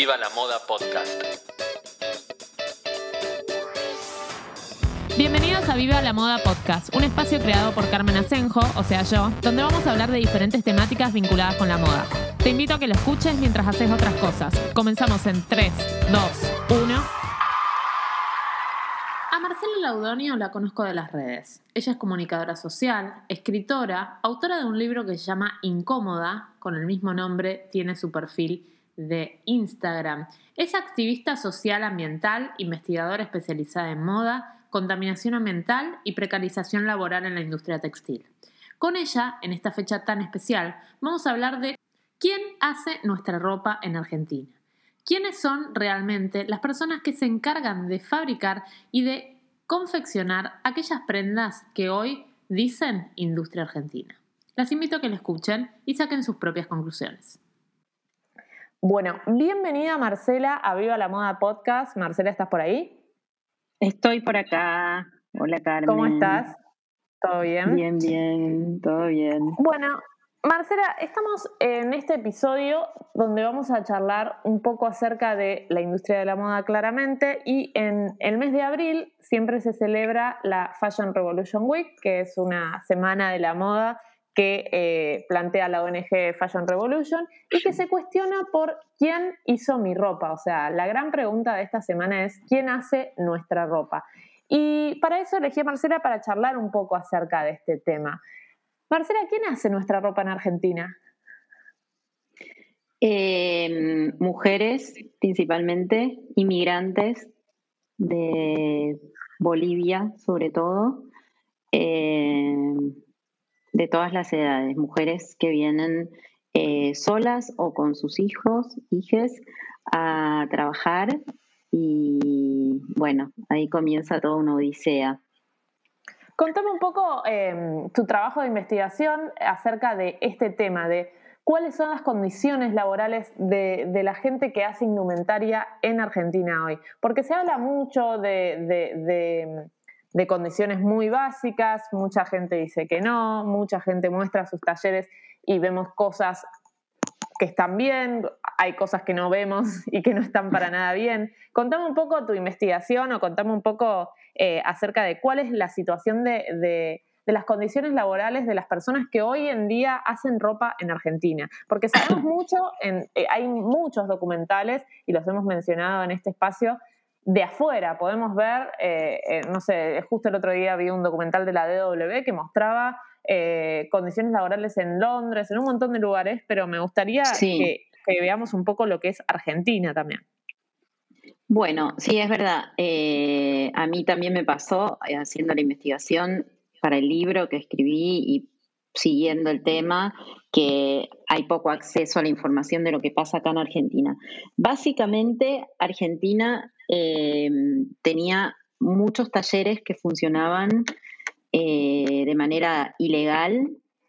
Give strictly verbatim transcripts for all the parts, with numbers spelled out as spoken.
Viva la Moda Podcast. Bienvenidos a Viva la Moda Podcast, un espacio creado por Carmen Asenjo, o sea yo, donde vamos a hablar de diferentes temáticas vinculadas con la moda. Te invito a que lo escuches mientras haces otras cosas. Comenzamos en tres, dos, uno. A Marcela Laudonio la conozco de las redes. Ella es comunicadora social, escritora, autora de un libro que se llama Incómoda, con el mismo nombre tiene su perfil de Instagram. Es activista social ambiental, investigadora especializada en moda, contaminación ambiental y precarización laboral en la industria textil. Con ella, en esta fecha tan especial, vamos a hablar de quién hace nuestra ropa en Argentina. ¿Quiénes son realmente las personas que se encargan de fabricar y de confeccionar aquellas prendas que hoy dicen industria argentina? Las invito a que la escuchen y saquen sus propias conclusiones. Bueno, bienvenida Marcela a Viva la Moda Podcast. Marcela, ¿estás por ahí? Estoy por acá. Hola, Carmen. ¿Cómo estás? ¿Todo bien? Bien, bien, todo bien. Bueno, Marcela, estamos en este episodio donde vamos a charlar un poco acerca de la industria de la moda claramente, y en el mes de abril siempre se celebra la Fashion Revolution Week, que es una semana de la moda que eh, plantea la O N G Fashion Revolution y que se cuestiona por quién hizo mi ropa. O sea, la gran pregunta de esta semana es ¿quién hace nuestra ropa? Y para eso elegí a Marcela para charlar un poco acerca de este tema. Marcela, ¿quién hace nuestra ropa en Argentina? Eh, mujeres, principalmente, inmigrantes de Bolivia, sobre todo, eh, de todas las edades, mujeres que vienen eh, solas o con sus hijos, hijes, a trabajar y bueno, ahí comienza toda una odisea. Contame un poco eh, tu trabajo de investigación acerca de este tema, de cuáles son las condiciones laborales de, de la gente que hace indumentaria en Argentina hoy. Porque se habla mucho de, de, de, de condiciones muy básicas, mucha gente dice que no, mucha gente muestra sus talleres y vemos cosas que están bien, hay cosas que no vemos y que no están para nada bien. Contame un poco tu investigación o contame un poco eh, acerca de cuál es la situación de, de, de las condiciones laborales de las personas que hoy en día hacen ropa en Argentina. Porque sabemos mucho, en, eh, hay muchos documentales, y los hemos mencionado en este espacio, de afuera. Podemos ver, eh, eh, no sé, justo el otro día vi un documental de la D W que mostraba Eh, condiciones laborales en Londres, en un montón de lugares, pero me gustaría sí. que, que veamos un poco lo que es Argentina también. Bueno, sí, es verdad. Eh, a mí también me pasó eh, haciendo la investigación para el libro que escribí y siguiendo el tema, que hay poco acceso a la información de lo que pasa acá en Argentina. Básicamente, Argentina eh, tenía muchos talleres que funcionaban Eh, de manera ilegal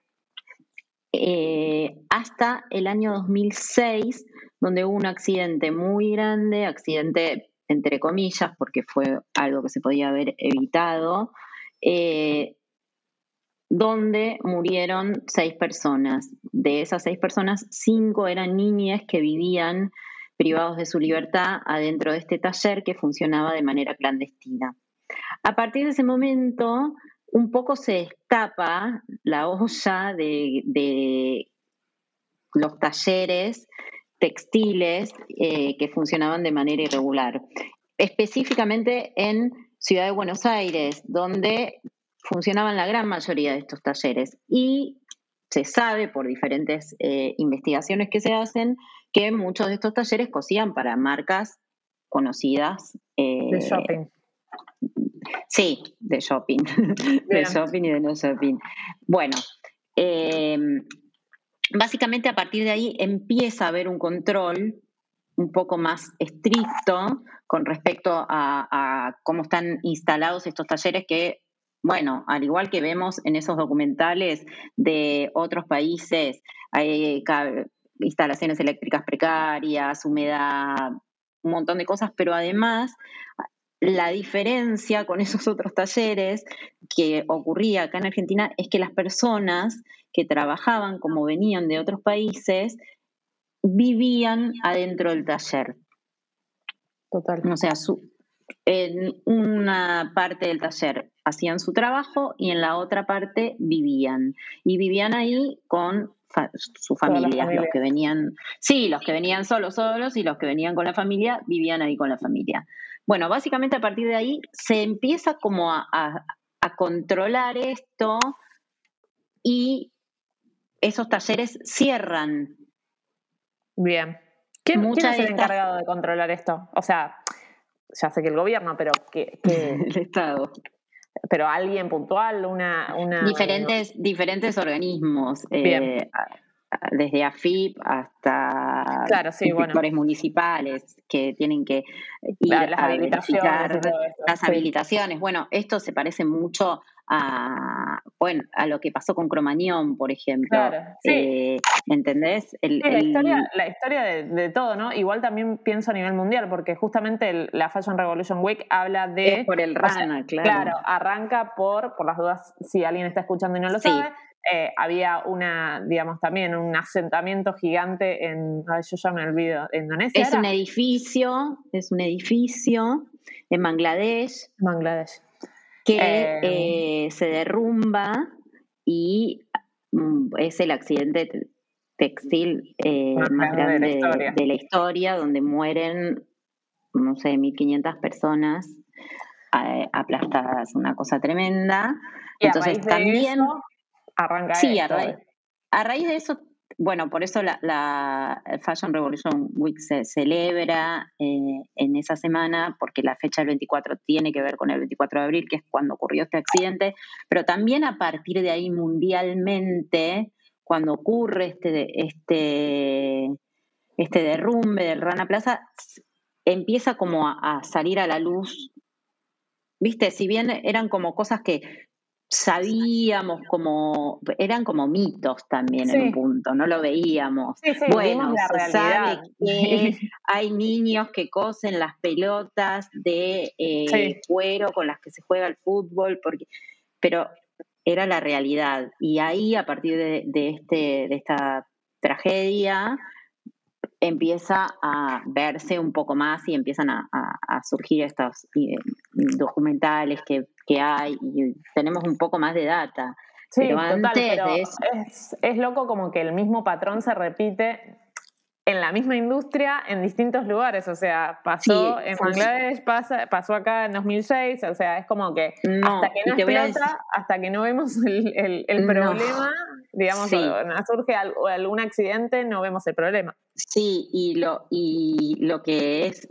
eh, hasta el año dos mil seis, donde hubo un accidente muy grande, accidente entre comillas, porque fue algo que se podía haber evitado, eh, donde murieron seis personas. De esas seis personas, cinco eran niñas que vivían privados de su libertad adentro de este taller que funcionaba de manera clandestina. A partir de ese momento, un poco se destapa la olla de, de los talleres textiles eh, que funcionaban de manera irregular. Específicamente en Ciudad de Buenos Aires, donde funcionaban la gran mayoría de estos talleres. Y se sabe por diferentes eh, investigaciones que se hacen que muchos de estos talleres cosían para marcas conocidas. Eh, de shopping. Sí, de shopping, de shopping y de no shopping. Bueno, eh, básicamente a partir de ahí empieza a haber un control un poco más estricto con respecto a, a cómo están instalados estos talleres que, bueno, al igual que vemos en esos documentales de otros países, hay instalaciones eléctricas precarias, humedad, un montón de cosas, pero además la diferencia con esos otros talleres que ocurría acá en Argentina es que las personas que trabajaban, como venían de otros países, vivían adentro del taller. Total. O sea, su, en una parte del taller hacían su trabajo y en la otra parte vivían. Y vivían ahí con fa- su familia, familia. los que venían, sí, los que venían solos, solos, y los que venían con la familia, vivían ahí con la familia. Bueno, básicamente a partir de ahí se empieza como a, a, a controlar esto y esos talleres cierran. Bien. ¿Quién, ¿quién Muchas es de el estas encargado de controlar esto? O sea, ya sé que el gobierno, pero que, que el Estado. pero alguien puntual, una, una Diferentes, diferentes organismos, Bien. eh, desde A F I P hasta Claro, sí, inspectores bueno. municipales que tienen que ir Las a habilitaciones verificar y todo esto. las Sí. habilitaciones. Bueno, esto se parece mucho a, bueno, a lo que pasó con Cromañón, por ejemplo. Claro, sí. Eh, ¿Entendés? El, sí, la el... historia, la historia de, de todo, ¿no? Igual también pienso a nivel mundial, porque justamente el, la Fashion Revolution Week habla de... Es por el o sea, Rana, claro. Claro, arranca por, por las dudas, si alguien está escuchando y no lo Sí. sabe, eh, había una, digamos, también un asentamiento gigante en, ay, yo ya me olvido, ¿Indonesia Es era? un edificio, es un edificio en Bangladesh. Bangladesh. que Eh, eh, se derrumba y mm, es el accidente textil eh, más más grande de la grande de, historia. de la historia, donde mueren, no sé, mil quinientas personas eh, aplastadas, una cosa tremenda. Y a Entonces raíz de también, eso arranca sí, a esto. raíz, a raíz de eso, bueno, por eso la, la Fashion Revolution Week se celebra eh, en esa semana, porque la fecha del veinticuatro tiene que ver con el veinticuatro de abril, que es cuando ocurrió este accidente, pero también a partir de ahí mundialmente, cuando ocurre este, este, este derrumbe del Rana Plaza, empieza como a, a salir a la luz, viste, si bien eran como cosas que sabíamos, como eran como mitos también Sí. en un punto, no lo veíamos. Sí, sí, Bueno, vimos la se realidad. sabe que hay niños que cosen las pelotas de eh, Sí. cuero con las que se juega el fútbol, porque, pero era la realidad. Y ahí, a partir de, de, este, de esta tragedia, empieza a verse un poco más y empiezan a, a, a surgir estos eh, documentales que, que hay y tenemos un poco más de data. Sí, pero total, antes pero de eso, es, es loco como que el mismo patrón se repite en la misma industria en distintos lugares, o sea, pasó sí, en fue, Bangladesh, pasa, pasó acá en dos mil seis, o sea, es como que no, hasta que no y te voy a decir, explota, hasta que no vemos el, el, el no, problema, digamos, sí, o, o surge algo, algún accidente, no vemos el problema. sí, y lo, y lo que es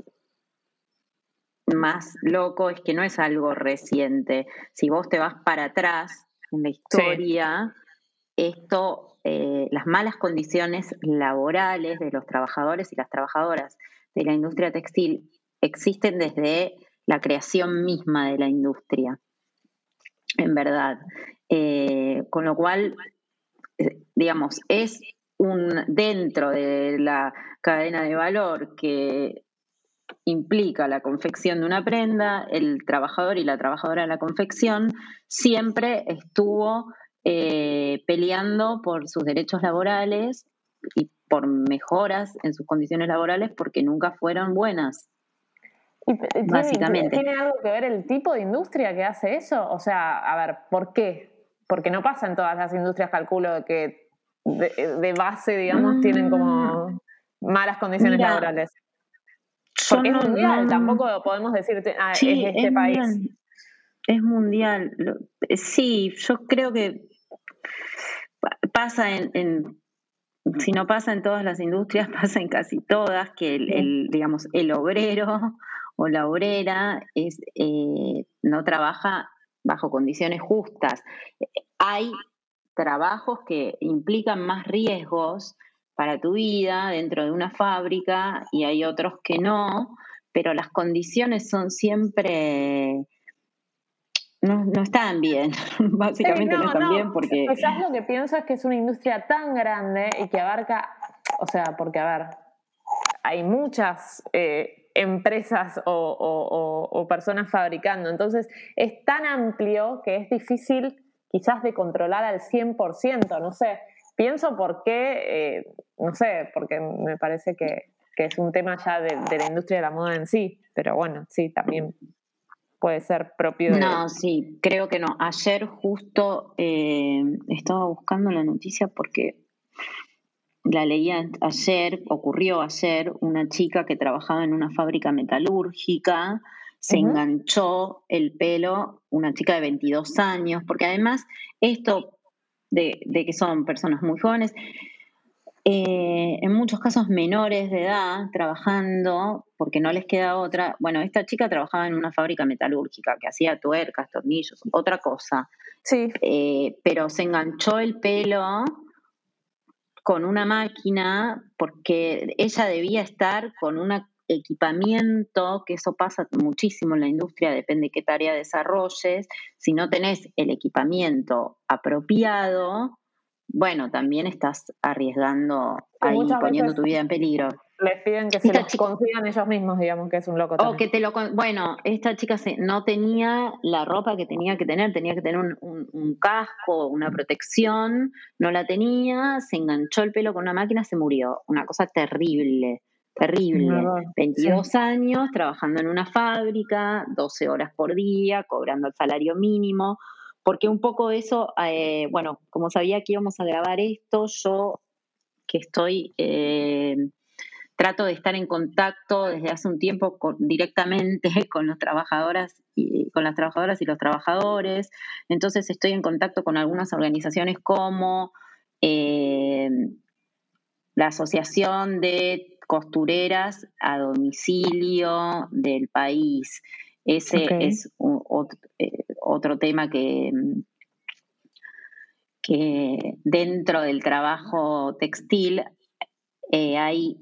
más loco es que no es algo reciente. Si vos te vas para atrás en la historia, sí. esto, eh, las malas condiciones laborales de los trabajadores y las trabajadoras de la industria textil existen desde la creación misma de la industria, en verdad. Eh, con lo cual, eh, digamos, es un dentro de la cadena de valor que implica la confección de una prenda, el trabajador y la trabajadora de la confección siempre estuvo eh, peleando por sus derechos laborales y por mejoras en sus condiciones laborales porque nunca fueron buenas. ¿Y tiene, básicamente. ¿Tiene algo que ver el tipo de industria que hace eso? O sea, a ver, ¿por qué? Porque no pasa en todas las industrias, calculo, que de, de base, digamos, mm. tienen como malas condiciones Mira, laborales. Porque no, es mundial, no, tampoco podemos decir, ah, sí, es este es país. Mundial. Es mundial. Sí, yo creo que pasa en, en, si no pasa en todas las industrias, pasa en casi todas, que el, el digamos, el obrero o la obrera es, eh, no trabaja bajo condiciones justas. Hay trabajos que implican más riesgos para tu vida dentro de una fábrica y hay otros que no, pero las condiciones son siempre... No, no están bien, básicamente sí, no, no están no. bien porque... Quizás lo que pienso es que es una industria tan grande y que abarca, o sea, porque a ver, hay muchas eh, empresas o, o, o, o personas fabricando, entonces es tan amplio que es difícil quizás de controlar al cien por ciento, no sé, pienso por qué, eh, no sé, porque me parece que, que es un tema ya de, de la industria de la moda en sí, pero bueno, sí, también puede ser propio de... No, sí, creo que no. Ayer justo eh, estaba buscando la noticia porque la leí ayer, ocurrió ayer, una chica que trabajaba en una fábrica metalúrgica, se Ujú. enganchó el pelo, una chica de veintidós años, porque además esto de, de que son personas muy jóvenes, eh, en muchos casos menores de edad, trabajando, porque no les queda otra. Bueno, esta chica trabajaba en una fábrica metalúrgica que hacía tuercas, tornillos, otra cosa, Sí, eh, pero se enganchó el pelo con una máquina porque ella debía estar con un equipamiento, que eso pasa muchísimo en la industria, depende de qué tarea desarrolles. Si no tenés el equipamiento apropiado, bueno, también estás arriesgando que ahí, muchas poniendo veces tu vida en peligro. les piden que se Esta los chica, consigan ellos mismos, digamos, que es un loco o también. que te lo... Bueno, esta chica se, no tenía la ropa que tenía que tener, tenía que tener un, un, un casco, una protección, no la tenía, se enganchó el pelo con una máquina, se murió. Una cosa terrible, Un terrible. horror, sí. veintidós años, trabajando en una fábrica, doce horas por día, cobrando el salario mínimo, porque un poco eso, eh, bueno, como sabía que íbamos a grabar esto, yo que estoy... Eh, trato de estar en contacto desde hace un tiempo con, directamente con las trabajadoras y con las trabajadoras y los trabajadores. Entonces estoy en contacto con algunas organizaciones como eh, la Asociación de Costureras a Domicilio del país. Ese Okay. es un, otro, eh, otro tema que, que dentro del trabajo textil eh, hay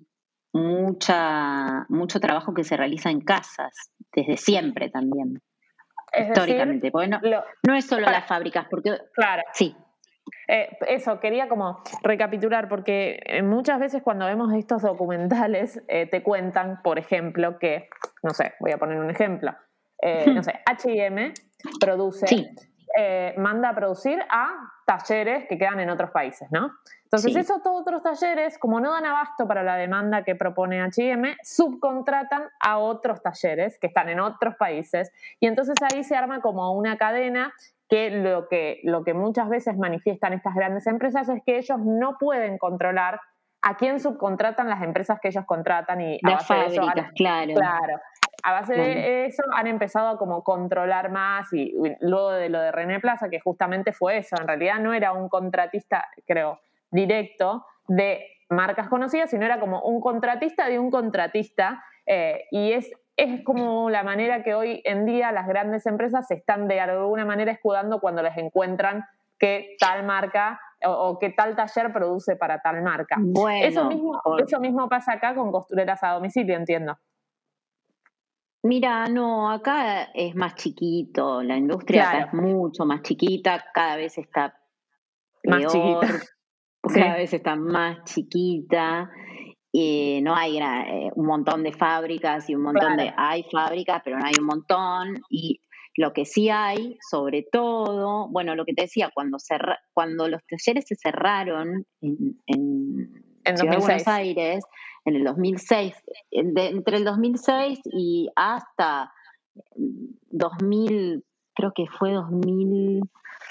mucha, mucho trabajo que se realiza en casas, desde siempre también, Es decir, históricamente. Porque no, lo, no es solo para, las fábricas, porque claro, sí, eh, eso, quería como recapitular, porque eh, muchas veces cuando vemos estos documentales eh, te cuentan, por ejemplo, que, no sé, voy a poner un ejemplo, eh, no sé, H y M produce, sí, eh, manda a producir a talleres que quedan en otros países, ¿no? Entonces sí, esos todos otros talleres, como no dan abasto para la demanda que propone H y M, subcontratan a otros talleres que están en otros países y entonces ahí se arma como una cadena que lo que, lo que muchas veces manifiestan estas grandes empresas es que ellos no pueden controlar a quién subcontratan las empresas que ellos contratan y a las base de eso han, fábricas, claro, claro, a base claro. de eso han empezado a como controlar más y, y luego de lo de René Plaza, que justamente fue eso, en realidad no era un contratista, creo, directo de marcas conocidas, sino era como un contratista de un contratista eh, y es es como la manera que hoy en día las grandes empresas se están de alguna manera escudando cuando les encuentran que tal marca o, o que tal taller produce para tal marca. Eso Bueno, mismo, por, eso mismo pasa acá con costureras a domicilio, entiendo. mira, no, acá es más chiquito, la industria acá Claro, es mucho más chiquita, cada vez está más chiquita. peor, cada Sí, vez está más chiquita. Eh, no hay eh, un montón de fábricas y un montón claro. de... Hay fábricas, pero no hay un montón. Y lo que sí hay, sobre todo, bueno, lo que te decía, cuando, cerra, cuando los talleres se cerraron en, en En Ciudad de Buenos dos mil seis. Aires, en el dos mil seis, de, entre el dos mil seis y hasta dos mil, creo que fue dos mil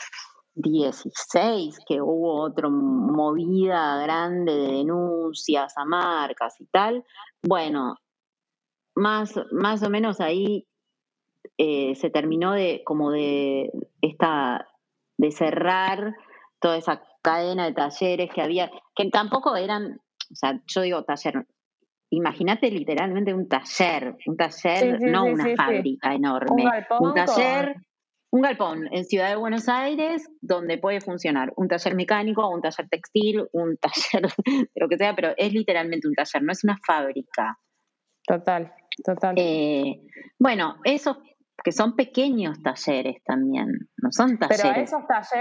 dieciséis, que hubo otra movida grande de denuncias a marcas y tal. Bueno, más, más o menos ahí eh, se terminó de como de esta de cerrar toda esa cadena de talleres que había, que tampoco eran, o sea, yo digo taller, imagínate literalmente un taller, un Sí, taller, sí, no sí, una sí, sí. fábrica Un enorme, un galpón con... taller, un galpón en Ciudad de Buenos Aires donde puede funcionar un taller mecánico, un taller textil, un taller de lo que sea, pero es literalmente un taller, no es una fábrica. Total, total. Eh, bueno, esos que son pequeños talleres también, no son Pero a talleres. esos talleres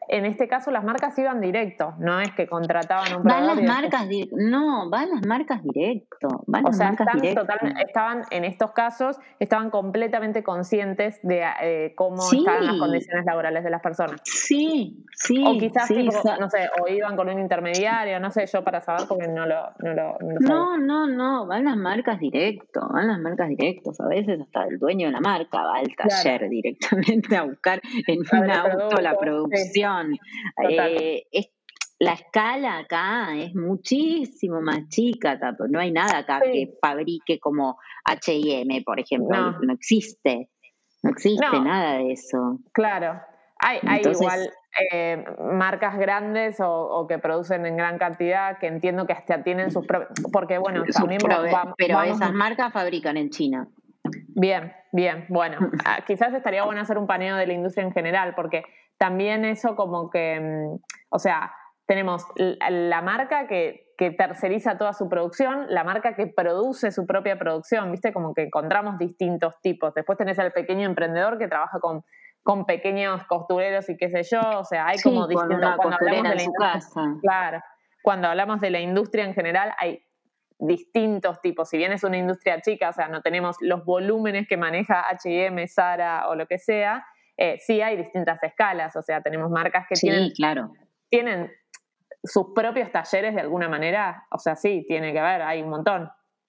en este caso las marcas iban directo, no es que contrataban a un Van proveedor. las marcas, di- no, van las marcas directo, van O las sea, marcas están directo. totalmente, estaban en estos casos, estaban completamente conscientes de eh, cómo estaban las Sí, condiciones laborales de las personas. sí, O sí, quizás, sí. tipo, sa- no sé, o iban con un intermediario, no sé yo para saber porque no lo, no lo, no lo sabía. No, no, no, van las marcas directo, van las marcas directos. A veces hasta el dueño de la marca va al Claro, taller directamente a buscar en un abre auto la productos, sí, producción. total. Eh, es- la escala acá es muchísimo más chica, tapo, no hay nada acá que Sí, fabrique como H y M, por ejemplo, no, no existe, no existe no, nada de eso. claro. Hay, hay Entonces, igual eh, marcas grandes o, o que producen en gran cantidad que entiendo que hasta tienen sus propios, porque bueno, sus también va- prove- va- pero vamos. esas marcas fabrican en China. Bien, bien. Bueno, ah, quizás estaría bueno hacer un paneo de la industria en general, porque también eso como que, mm, o sea, tenemos l- la marca que, que terceriza toda su producción, la marca que produce su propia producción, ¿viste? Como que encontramos distintos tipos. Después tenés al pequeño emprendedor que trabaja con, con pequeños costureros y qué sé yo, o sea, hay como Sí, con distintos. una Cuando hablamos costurera de en la su industria, casa. claro, cuando hablamos de la industria en general, hay distintos tipos. Si bien es una industria chica, o sea, no tenemos los volúmenes que maneja H y M, Zara o lo que sea, eh, sí hay distintas escalas. O sea, tenemos marcas que Sí, tienen, claro. tienen sus propios talleres de alguna manera. O sea, sí, tiene que haber, hay un montón.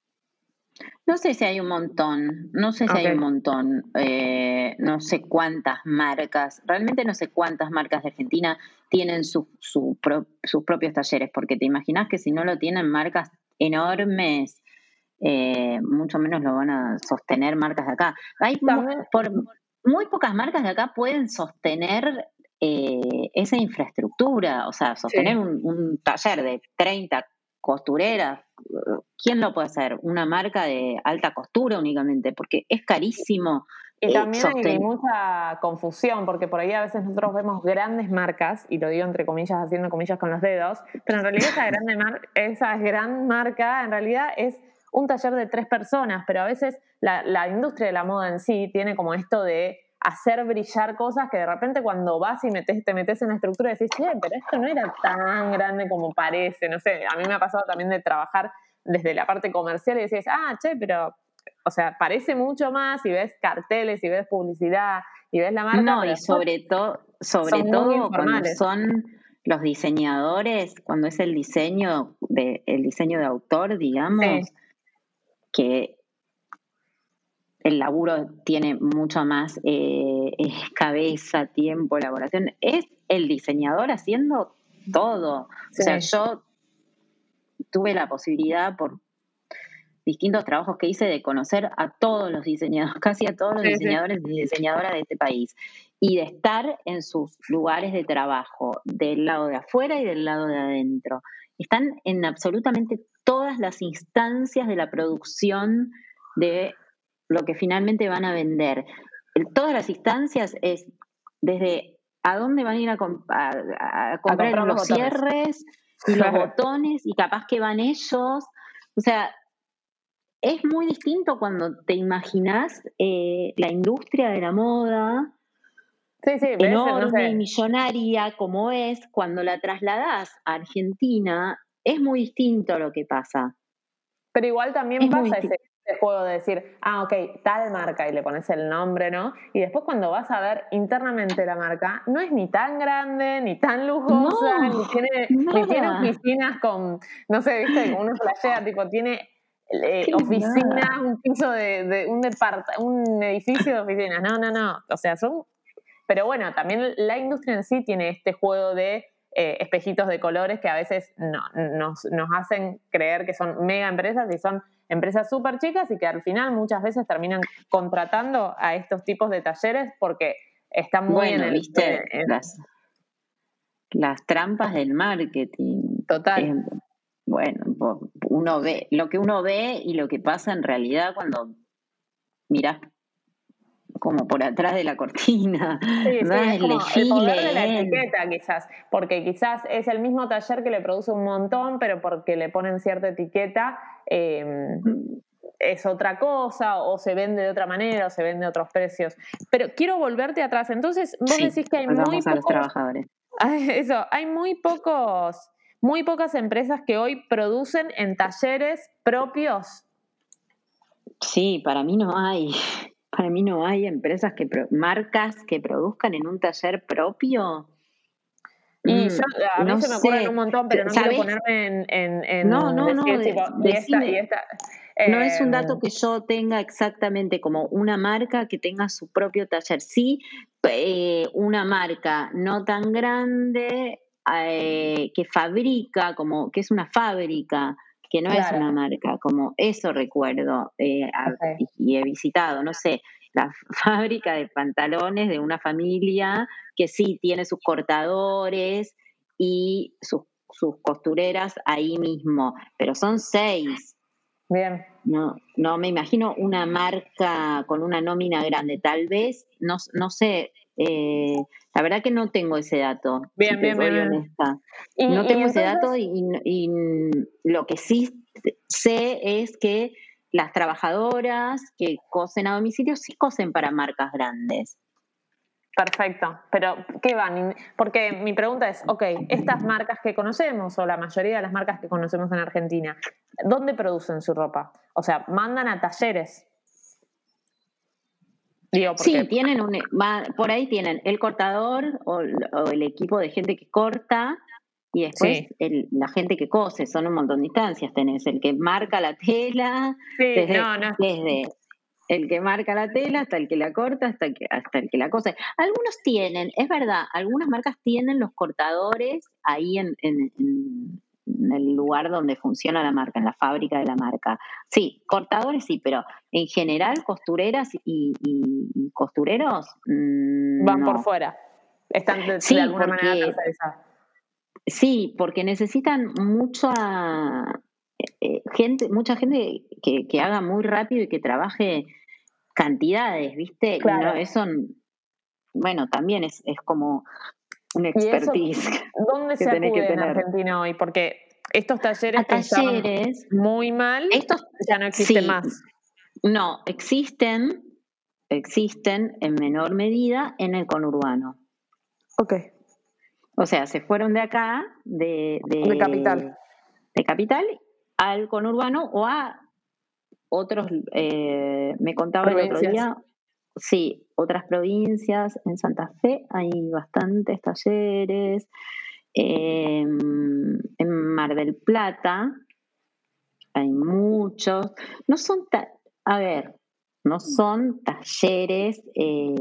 No sé si hay un montón, no sé si Ok, hay un montón, eh, no sé cuántas marcas, realmente no sé cuántas marcas de Argentina tienen su, su pro- sus propios talleres, porque te imaginas que si no lo tienen marcas enormes, eh, mucho menos lo van a sostener marcas de acá. Hay mu- también, por muy pocas marcas de acá pueden sostener eh, esa infraestructura, o sea, sostener sí. un, un taller de treinta costureras. ¿Quién lo puede hacer? Una marca de alta costura únicamente, porque es carísimo Y eh, también hay sostener. mucha confusión, porque por ahí a veces nosotros vemos grandes marcas, y lo digo entre comillas, haciendo comillas con los dedos, pero en realidad esa, grande mar esa gran marca en realidad es un taller de tres personas, pero a veces la, la industria de la moda en sí tiene como esto de hacer brillar cosas que de repente cuando vas y metes, te metes en la estructura decís, che, pero esto no era tan grande como parece, no sé, a mí me ha pasado también de trabajar desde la parte comercial y decís, ah, che, pero o sea, parece mucho más y ves carteles y ves publicidad y ves la marca, No, pero y después sobre todo, sobre son muy todo cuando informales. son los diseñadores, cuando es el diseño de, el diseño de autor, Sí, digamos, que el laburo tiene mucho más eh, eh, cabeza, tiempo, elaboración. Es el diseñador haciendo todo. O sea, sí, yo tuve la posibilidad por distintos trabajos que hice de conocer a todos los diseñadores, casi a todos los sí, sí. diseñadores y diseñadoras de este país, y de estar en sus lugares de trabajo, del lado de afuera y del lado de adentro. Están en absolutamente todas las instancias de la producción de lo que finalmente van a vender. En todas las instancias es desde a dónde van a ir a, comp a, a A comprar comprar los los botones. cierres y los Claro. botones, y capaz que van ellos. O sea, es muy distinto cuando te imaginas eh, la industria de la moda Sí, sí, ves, no enorme y sé. millonaria como es, cuando la trasladás a Argentina, es muy distinto lo que pasa. Pero igual también Es muy pasa ese, distinto. ese juego de decir, ah, ok, tal marca y le pones el nombre, ¿no? Y después cuando vas a ver internamente la marca, no es ni tan grande, ni tan lujosa, No, ni tiene, ni tiene nada, oficinas con, no sé, viste, como uno flashea, tipo, tiene eh, que oficinas, nada. un piso de, de un departa, un edificio de oficinas. No, no, no. O sea, son. Pero bueno, también la industria en sí tiene este juego de eh, espejitos de colores que a veces no, nos, nos hacen creer que son mega empresas y son empresas súper chicas y que al final muchas veces terminan contratando a estos tipos de talleres porque están muy en Bueno, el... viste, en- en- las, las trampas del marketing. total. Eh, bueno, uno ve lo que uno ve y lo que pasa en realidad cuando mirás como por atrás de la cortina, Sí, sí, das es el como el poder de la desfile, ¿eh? etiqueta quizás, porque quizás es el mismo taller que le produce un montón, pero porque le ponen cierta etiqueta eh, es otra cosa, o se vende de otra manera, o se vende a otros precios. Pero quiero volverte atrás. Entonces, vos Sí, decís que hay muy volvamos a los pocos, trabajadores. Eso, hay muy pocos, muy pocas empresas que hoy producen en talleres propios. Sí, para mí no hay. Para mí no hay empresas que, pro- marcas que produzcan en un taller propio. Y Mm, yo, a mí no se me ocurren un sé, montón, pero no quiero ¿sabes? ponerme en, en, No, en no, no, decir, de- tipo, y esta, y decime. esta. No es Eh, un dato que yo tenga exactamente como una marca que tenga su propio taller. Sí, eh, una marca no tan grande eh, que fabrica, como que es una fábrica, que no es claro, una marca, como eso recuerdo eh, a- ok, y he visitado, no sé, la fábrica de pantalones de una familia que sí tiene sus cortadores y sus, sus costureras ahí mismo, pero son seis. bien. No, no me imagino una marca con una nómina grande, tal vez, no, no sé, eh, la verdad que no tengo ese dato, si Bien, te bien, bien, soy bien. honesta. Y, No y tengo ese entonces, dato y, y lo que sí sé es que las trabajadoras que cosen a domicilio sí cosen para marcas grandes. perfecto, pero ¿qué van? Porque mi pregunta es, ok, estas marcas que conocemos, o la mayoría de las marcas que conocemos en Argentina, ¿dónde producen su ropa? O sea, mandan a talleres. Digo, Sí, porque, tienen un, va- por ahí tienen el cortador o, o el equipo de gente que corta y después sí, el- la gente que cose, son un montón de instancias. Tenés el que marca la tela, sí, desde, no, no, desde el que marca la tela hasta el que la corta, hasta el que, hasta el que la cose. Algunos tienen, es verdad, algunas marcas tienen los cortadores ahí en, en- en- en el lugar donde funciona la marca, en la fábrica de la marca. Sí, cortadores sí, pero en general costureras y, y- y costureros, mm, van por no. fuera. Están de, de Sí, alguna manera porque tercerizadas. sí, porque necesitan mucha eh, gente, mucha gente que, que haga muy rápido y que trabaje cantidades, ¿viste? Y no, Claro. eso, bueno, también es, es como un ¿Y eso expertise dónde que se tenés que acude en tener. Argentina hoy? Porque estos A talleres que estaban talleres, muy mal estos ya no existen sí, más. no, existen, existen en menor medida en el conurbano. Ok. O sea, se fueron de acá, de, De de, capital. de capital, al conurbano o a otros, eh, me contaba el otro Provincias. día, sí, otras provincias, en Santa Fe hay bastantes talleres, eh, en Mar del Plata hay muchos, no son, ta- a ver, no son talleres eh,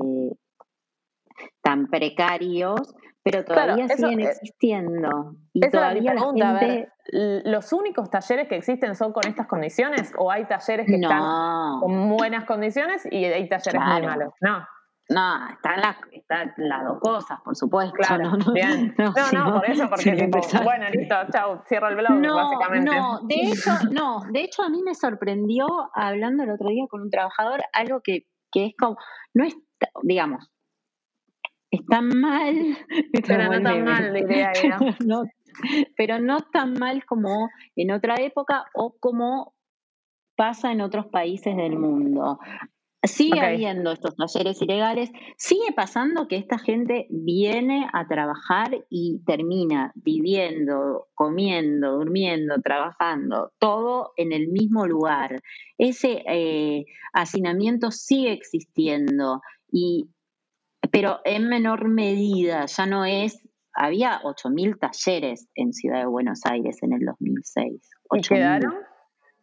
tan precarios, pero Claro, todavía eso, siguen eh, existiendo y esa era mi todavía la pregunta. A ver, gente, l- ¿los únicos talleres que existen son con estas condiciones? ¿O hay talleres que están no, con buenas condiciones y hay talleres muy malos? claro. No, No, están las, están las dos cosas, por supuesto. claro, No, no, bien. no, No, si no, no, por eso, porque sería tipo, empezar. bueno, listo, chau, cierro el blog, No, básicamente. no, de hecho, no, de hecho a mí me sorprendió hablando el otro día con un trabajador algo que, que es como, no es, digamos, está mal, esto es Pero no buen tan meme, mal, diría pero ella. no, pero no tan mal como en otra época o como pasa en otros países del mundo. Sigue Ok, habiendo estos talleres ilegales, sigue pasando que esta gente viene a trabajar y termina viviendo, comiendo, durmiendo, trabajando, todo en el mismo lugar. Ese eh, hacinamiento sigue existiendo, y, pero en menor medida, ya no es, había ocho mil talleres en Ciudad de Buenos Aires en el dos mil seis, ¿y ocho mil. quedaron?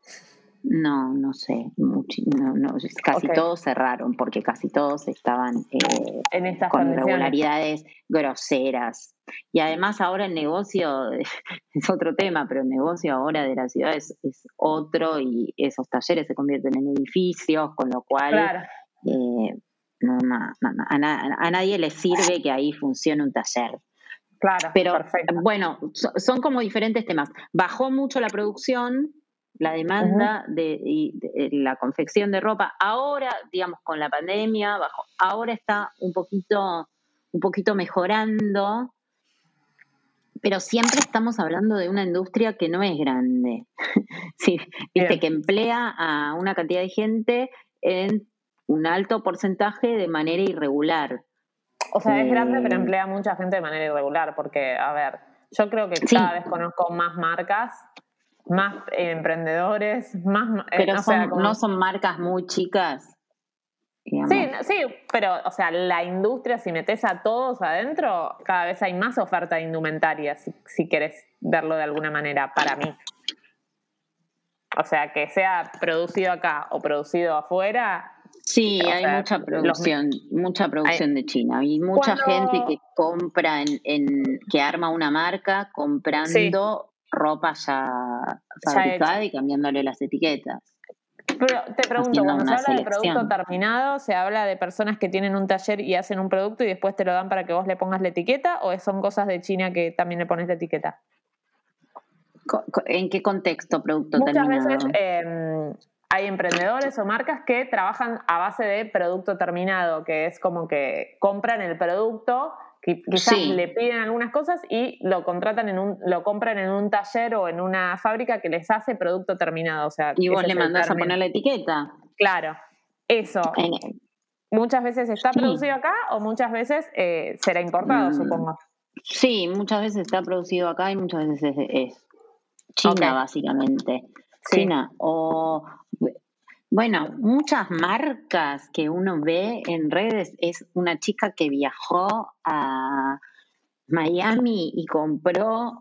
No, no sé, muchi- no, no, casi Ok, todos cerraron porque casi todos estaban eh, en estas con condiciones. irregularidades groseras. Y además ahora el negocio, es otro tema, pero el negocio ahora de la ciudad es, es otro y esos talleres se convierten en edificios, con lo cual Claro, eh, no, no, no, no, a, na- a nadie le sirve que ahí funcione un taller. claro, Pero perfecto. bueno, so- son como diferentes temas. Bajó mucho la producción, la Ujú. demanda de, y de la confección de ropa. Ahora, digamos, con la pandemia, bajó. Ahora está un poquito, un poquito mejorando, pero siempre estamos hablando de una industria que no es grande. Sí, viste, Bien. que emplea a una cantidad de gente en un alto porcentaje de manera irregular. O sea, es grande, Eh, pero emplea mucha gente de manera irregular, porque, a ver, yo creo que sí, cada vez conozco más marcas, más eh, emprendedores, más, eh, pero o sea, son, no como... son marcas muy chicas, Sí, digamos. no- sí, pero, o sea, la industria, si metes a todos adentro, cada vez hay más oferta de indumentaria, si, si querés verlo de alguna manera, para mí. O sea, que sea producido acá o producido afuera, Sí, o hay sea, mucha los, producción, mucha hay- producción de China y mucha gente cuando, que compra en, en- que arma una marca sí, comprando ropa ya ya hecha. fabricada y cambiándole las etiquetas, Pero te pregunto, haciendo cuando se una habla de producto selección. terminado, ¿se habla de personas que tienen un taller y hacen un producto y después te lo dan para que vos le pongas la etiqueta, o son cosas de China que también le pones la etiqueta? Co- co- ¿En qué contexto producto Muchas veces terminado? eh, hay emprendedores o marcas que trabajan a base de producto terminado, que es como que compran el producto, qui- quizás le Sí, piden algunas cosas y lo contratan en un, lo compran en un taller o en una fábrica que les hace producto terminado. O sea, y vos ese le es el mandás a término. poner la etiqueta. Claro, eso. En- Muchas veces está sí, producido acá o muchas veces eh, será importado, mm, supongo. sí, muchas veces está producido acá y muchas veces es, es Ok, China, básicamente. sí. China. O, bueno, muchas marcas que uno ve en redes es una chica que viajó a Miami y compró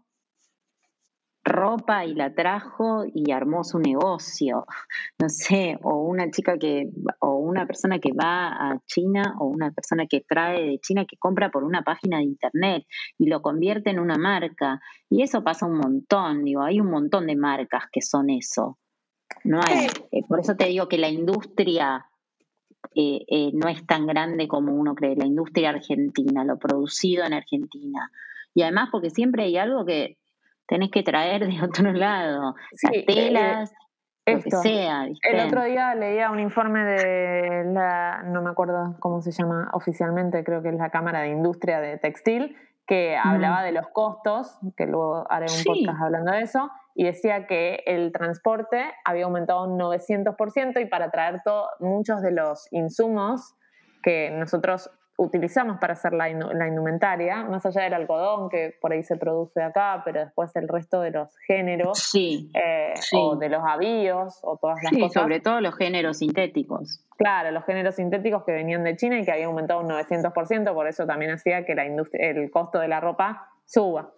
ropa y la trajo y armó su negocio. No sé, o una chica que, o una persona que va a China, o una persona que trae de China que compra por una página de internet y lo convierte en una marca. Y eso pasa un montón, digo, hay un montón de marcas que son eso. No hay, Sí, eh, por eso te digo que la industria eh, eh, no es tan grande como uno cree, la industria argentina, lo producido en Argentina. Y además porque siempre hay algo que tenés que traer de otro lado, sí, las eh, telas, lo que esto. sea, El ¿viste? otro día leía un informe de la, no me acuerdo cómo se llama oficialmente, creo que es la Cámara de Industria de Textil, que hablaba de Mm. los costos, que luego haré un podcast Sí, hablando de eso, y decía que el transporte había aumentado un novecientos por ciento y para traer todo, muchos de los insumos que nosotros utilizamos para hacer la, la indumentaria, más allá del algodón que por ahí se produce acá, pero después el resto de los géneros sí, eh, o sí, de los avíos o todas las sí, cosas. sobre todo los géneros sintéticos. Claro, los géneros sintéticos que venían de China y que había aumentado un novecientos por ciento, por eso también hacía que la industria, el costo de la ropa suba.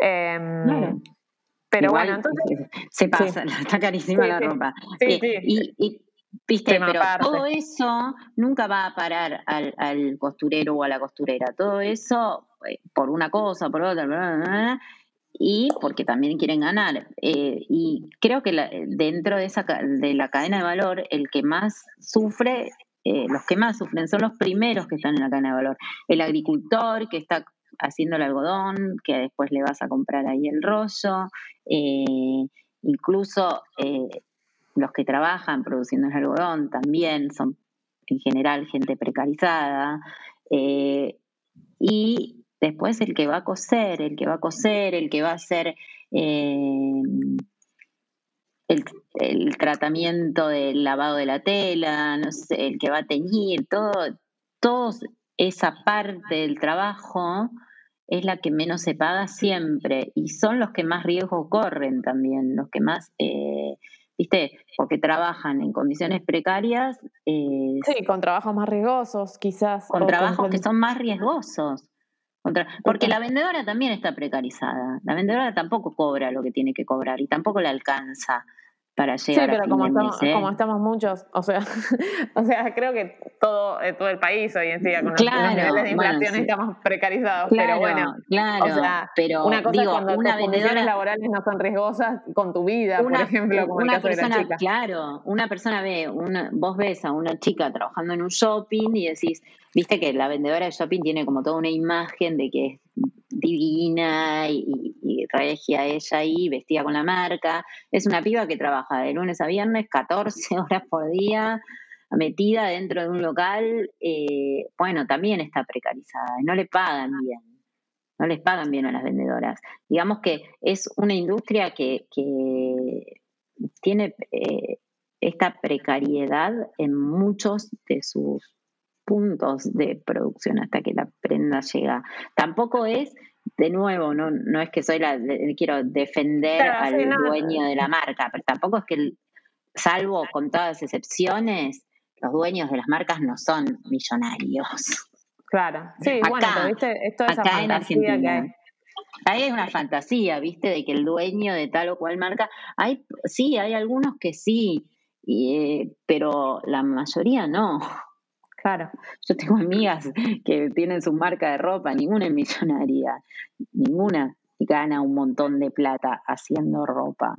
Eh, Claro. pero bueno, Igual entonces, se sí, pasa, está carísima sí, la sí, ropa. sí, Eh, sí, y, y, viste, tema pero aparte. todo eso nunca va a parar al, al costurero o a la costurera. Todo eso eh, por una cosa, por otra, bla, bla, bla, y porque también quieren ganar. Eh, y creo que la- dentro de esa ca- de la cadena de valor, el que más sufre, eh, los que más sufren son los primeros que están en la cadena de valor. El agricultor que está haciendo el algodón, que después le vas a comprar ahí el rollo, eh, incluso eh, los que trabajan produciendo el algodón también son en general gente precarizada. eh, y después el que va a coser, el que va a coser, el que va a hacer eh, el, el tratamiento del lavado de la tela, no sé, el que va a teñir, todo, todo esa parte del trabajo es la que menos se paga siempre y son los que más riesgo corren también, los que más, eh, viste, porque trabajan en condiciones precarias, eh, Sí, con trabajos más riesgosos, quizás, con o con... trabajos que son más riesgosos. Contra- Porque Total. la vendedora también está precarizada. La vendedora tampoco cobra lo que tiene que cobrar y tampoco le alcanza para Sí, llegar a pero fin como de estamos, mes, como ¿eh? estamos muchos, o sea, o sea, creo que todo, eh, todo el país hoy en día con los, los niveles Claro, de bueno, inflación sí, estamos precarizados, pero bueno, claro, o claro, sea, pero una cosa es digo, cuando tus una condiciones vendedora, laborales no son riesgosas con tu vida, por una, ejemplo, como el una caso de la persona, chica. claro, una persona ve, una, vos ves a una chica trabajando en un shopping y decís, viste que la vendedora de shopping tiene como toda una imagen de que es divina y, y regia ella ahí, vestida con la marca. Es una piba que trabaja de lunes a viernes, catorce horas por día, metida dentro de un local, eh, bueno, también está precarizada, y no le pagan bien. No les pagan bien a las vendedoras. Digamos que es una industria que, que tiene eh, esta precariedad en muchos de sus puntos de producción, hasta que la prenda llega. Tampoco es, de nuevo, no, no es que soy la, quiero defender claro, al sí, no, dueño de la marca, pero tampoco es que, el, salvo con todas excepciones, los dueños de las marcas no son millonarios. Claro, sí, Acá, bueno, pero viste, es toda esa acá en fantasía que hay. Argentina. Ahí es una fantasía, ¿viste? De que el dueño de tal o cual marca, hay, sí, hay algunos que sí, y, eh, pero la mayoría no. Claro. Yo tengo amigas que tienen su marca de ropa, ninguna es millonaria, ninguna gana un montón de plata haciendo ropa.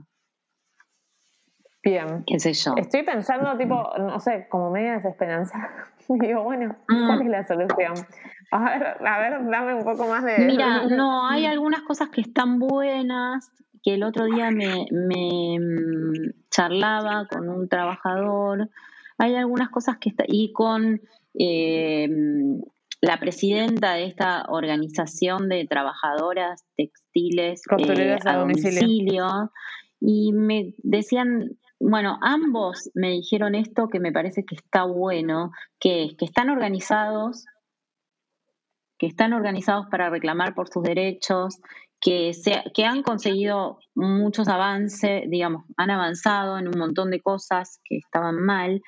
Bien. ¿Qué sé yo? Estoy pensando, tipo, no sé, como media desesperanza. Digo, bueno, ¿cuál Mm. es la solución? A ver, a ver, dame un poco más de... Mira, no, hay algunas cosas que están buenas, que el otro día me, me mm, charlaba con un trabajador, hay algunas cosas que está, y con eh, la presidenta de esta organización de trabajadoras textiles eh, Costureras a a domicilio. domicilio, y me decían, bueno, ambos me dijeron esto que me parece que está bueno, que es que están organizados que están organizados para reclamar por sus derechos, que, se, que han conseguido muchos avances, digamos, han avanzado en un montón de cosas que estaban mal,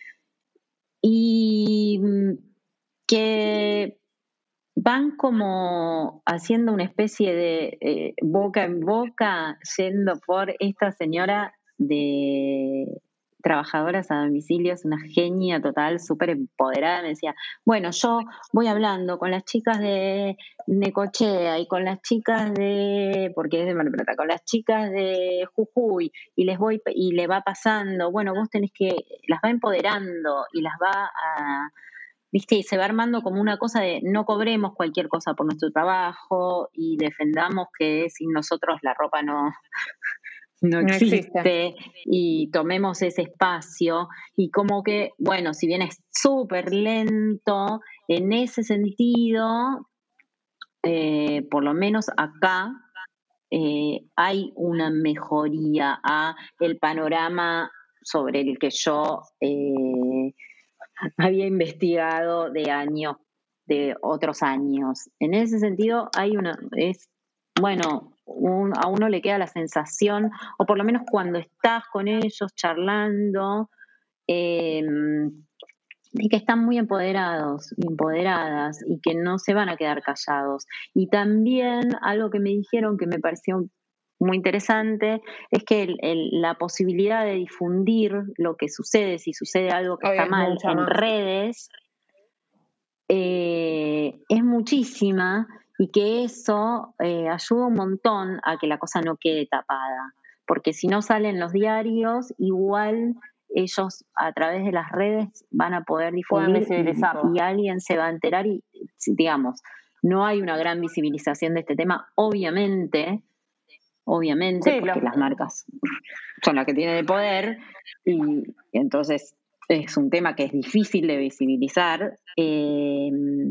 y que van como haciendo una especie de eh, boca en boca, yendo por esta señora de trabajadoras a domicilio, es una genia total, súper empoderada, me decía, bueno, yo voy hablando con las chicas de Necochea y con las chicas de, porque es de Mar del Plata, con las chicas de Jujuy, y les voy, y le va pasando, bueno, vos tenés que, las va empoderando y las va a, viste, y se va armando como una cosa de no cobremos cualquier cosa por nuestro trabajo y defendamos que sin nosotros la ropa no, no No existe, existe. y tomemos ese espacio, y como que, bueno, si bien es súper lento, en ese sentido, eh, por lo menos acá, eh, hay una mejoría a el panorama sobre el que yo eh, había investigado de años, de otros años. En ese sentido, hay una, es, bueno, un, a uno le queda la sensación, o por lo menos cuando estás con ellos charlando, eh, de que están muy empoderados y empoderadas y que no se van a quedar callados. Y también algo que me dijeron que me pareció muy interesante es que el, el, la posibilidad de difundir lo que sucede, si sucede algo que Hoy está es mal mucha en más. redes, eh, es muchísima, y que eso eh, ayuda un montón a que la cosa no quede tapada, porque si no salen los diarios, igual ellos a través de las redes van a poder Pueden difundir, y, visibilizarlo. y alguien se va a enterar, y digamos, no hay una gran visibilización de este tema, obviamente, obviamente, Sí, porque lo, las marcas son las que tienen el poder, y entonces es un tema que es difícil de visibilizar, eh,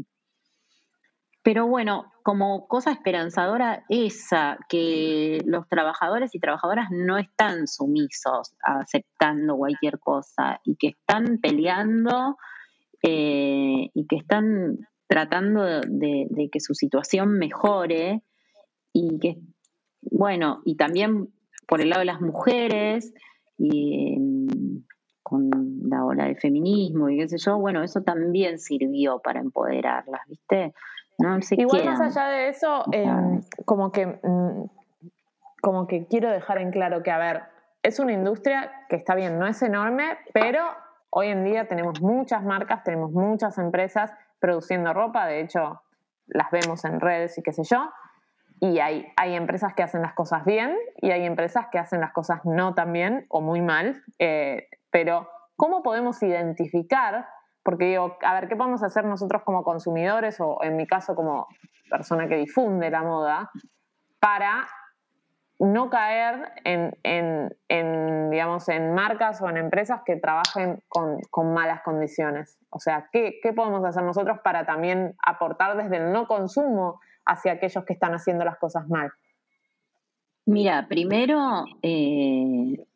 pero bueno, como cosa esperanzadora esa, que los trabajadores y trabajadoras no están sumisos aceptando cualquier cosa, y que están peleando eh, y que están tratando de, de que su situación mejore, y que, bueno, y también por el lado de las mujeres, y eh, con la ola del feminismo y qué sé yo, bueno, eso también sirvió para empoderarlas, ¿viste? No se igual más quedan. allá de eso, eh, como que mm, como que quiero dejar en claro que, a ver, es una industria que está bien, no es enorme, pero hoy en día tenemos muchas marcas, tenemos muchas empresas produciendo ropa, de hecho las vemos en redes y qué sé yo, y hay, hay empresas que hacen las cosas bien y hay empresas que hacen las cosas no tan bien o muy mal, eh, pero ¿cómo podemos identificar? Porque digo, a ver, ¿qué podemos hacer nosotros como consumidores o en mi caso como persona que difunde la moda para no caer en, en, en, digamos, en marcas o en empresas que trabajen con, con malas condiciones? O sea, ¿qué, ¿qué podemos hacer nosotros para también aportar desde el no consumo hacia aquellos que están haciendo las cosas mal? Mira, primero, eh,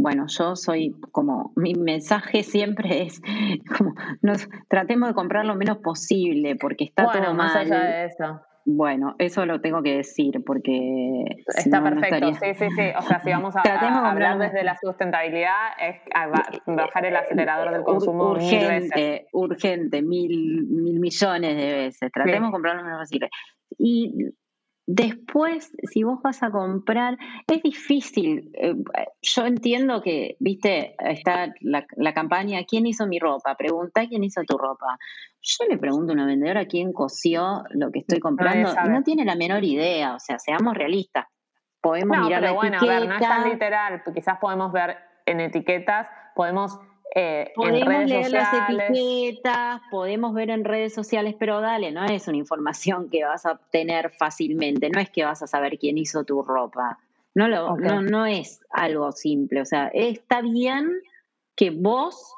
bueno, yo soy como, mi mensaje siempre es como, nos tratemos de comprar lo menos posible porque está Bueno, todo más allá mal. de eso. Bueno, eso lo tengo que decir porque si Está no, no perfecto, estaría. sí, sí, sí. O sea, si vamos a, Tratemos de a comprar lo hablar menos. desde la sustentabilidad, es a ba- bajar el acelerador del Ur- consumo mil veces. urgente, urgente, mil, mil millones de veces. Tratemos de Sí. comprar lo menos posible. Y después, si vos vas a comprar, es difícil. Eh, yo entiendo que, viste, está la, la campaña, ¿quién hizo mi ropa? Pregunta quién hizo tu ropa. Yo le pregunto a una vendedora quién cosió lo que estoy Nadie comprando y sabe. no tiene la menor idea. O sea, seamos realistas. Podemos No, mirar la pero bueno, a ver, no es tan etiqueta, literal. Quizás podemos ver en etiquetas, podemos eh, en podemos redes leer las sociales. etiquetas, podemos ver en redes sociales, pero dale, no es una información que vas a obtener fácilmente, no es que vas a saber quién hizo tu ropa. No, lo, Ok. no, no es algo simple, o sea, está bien que vos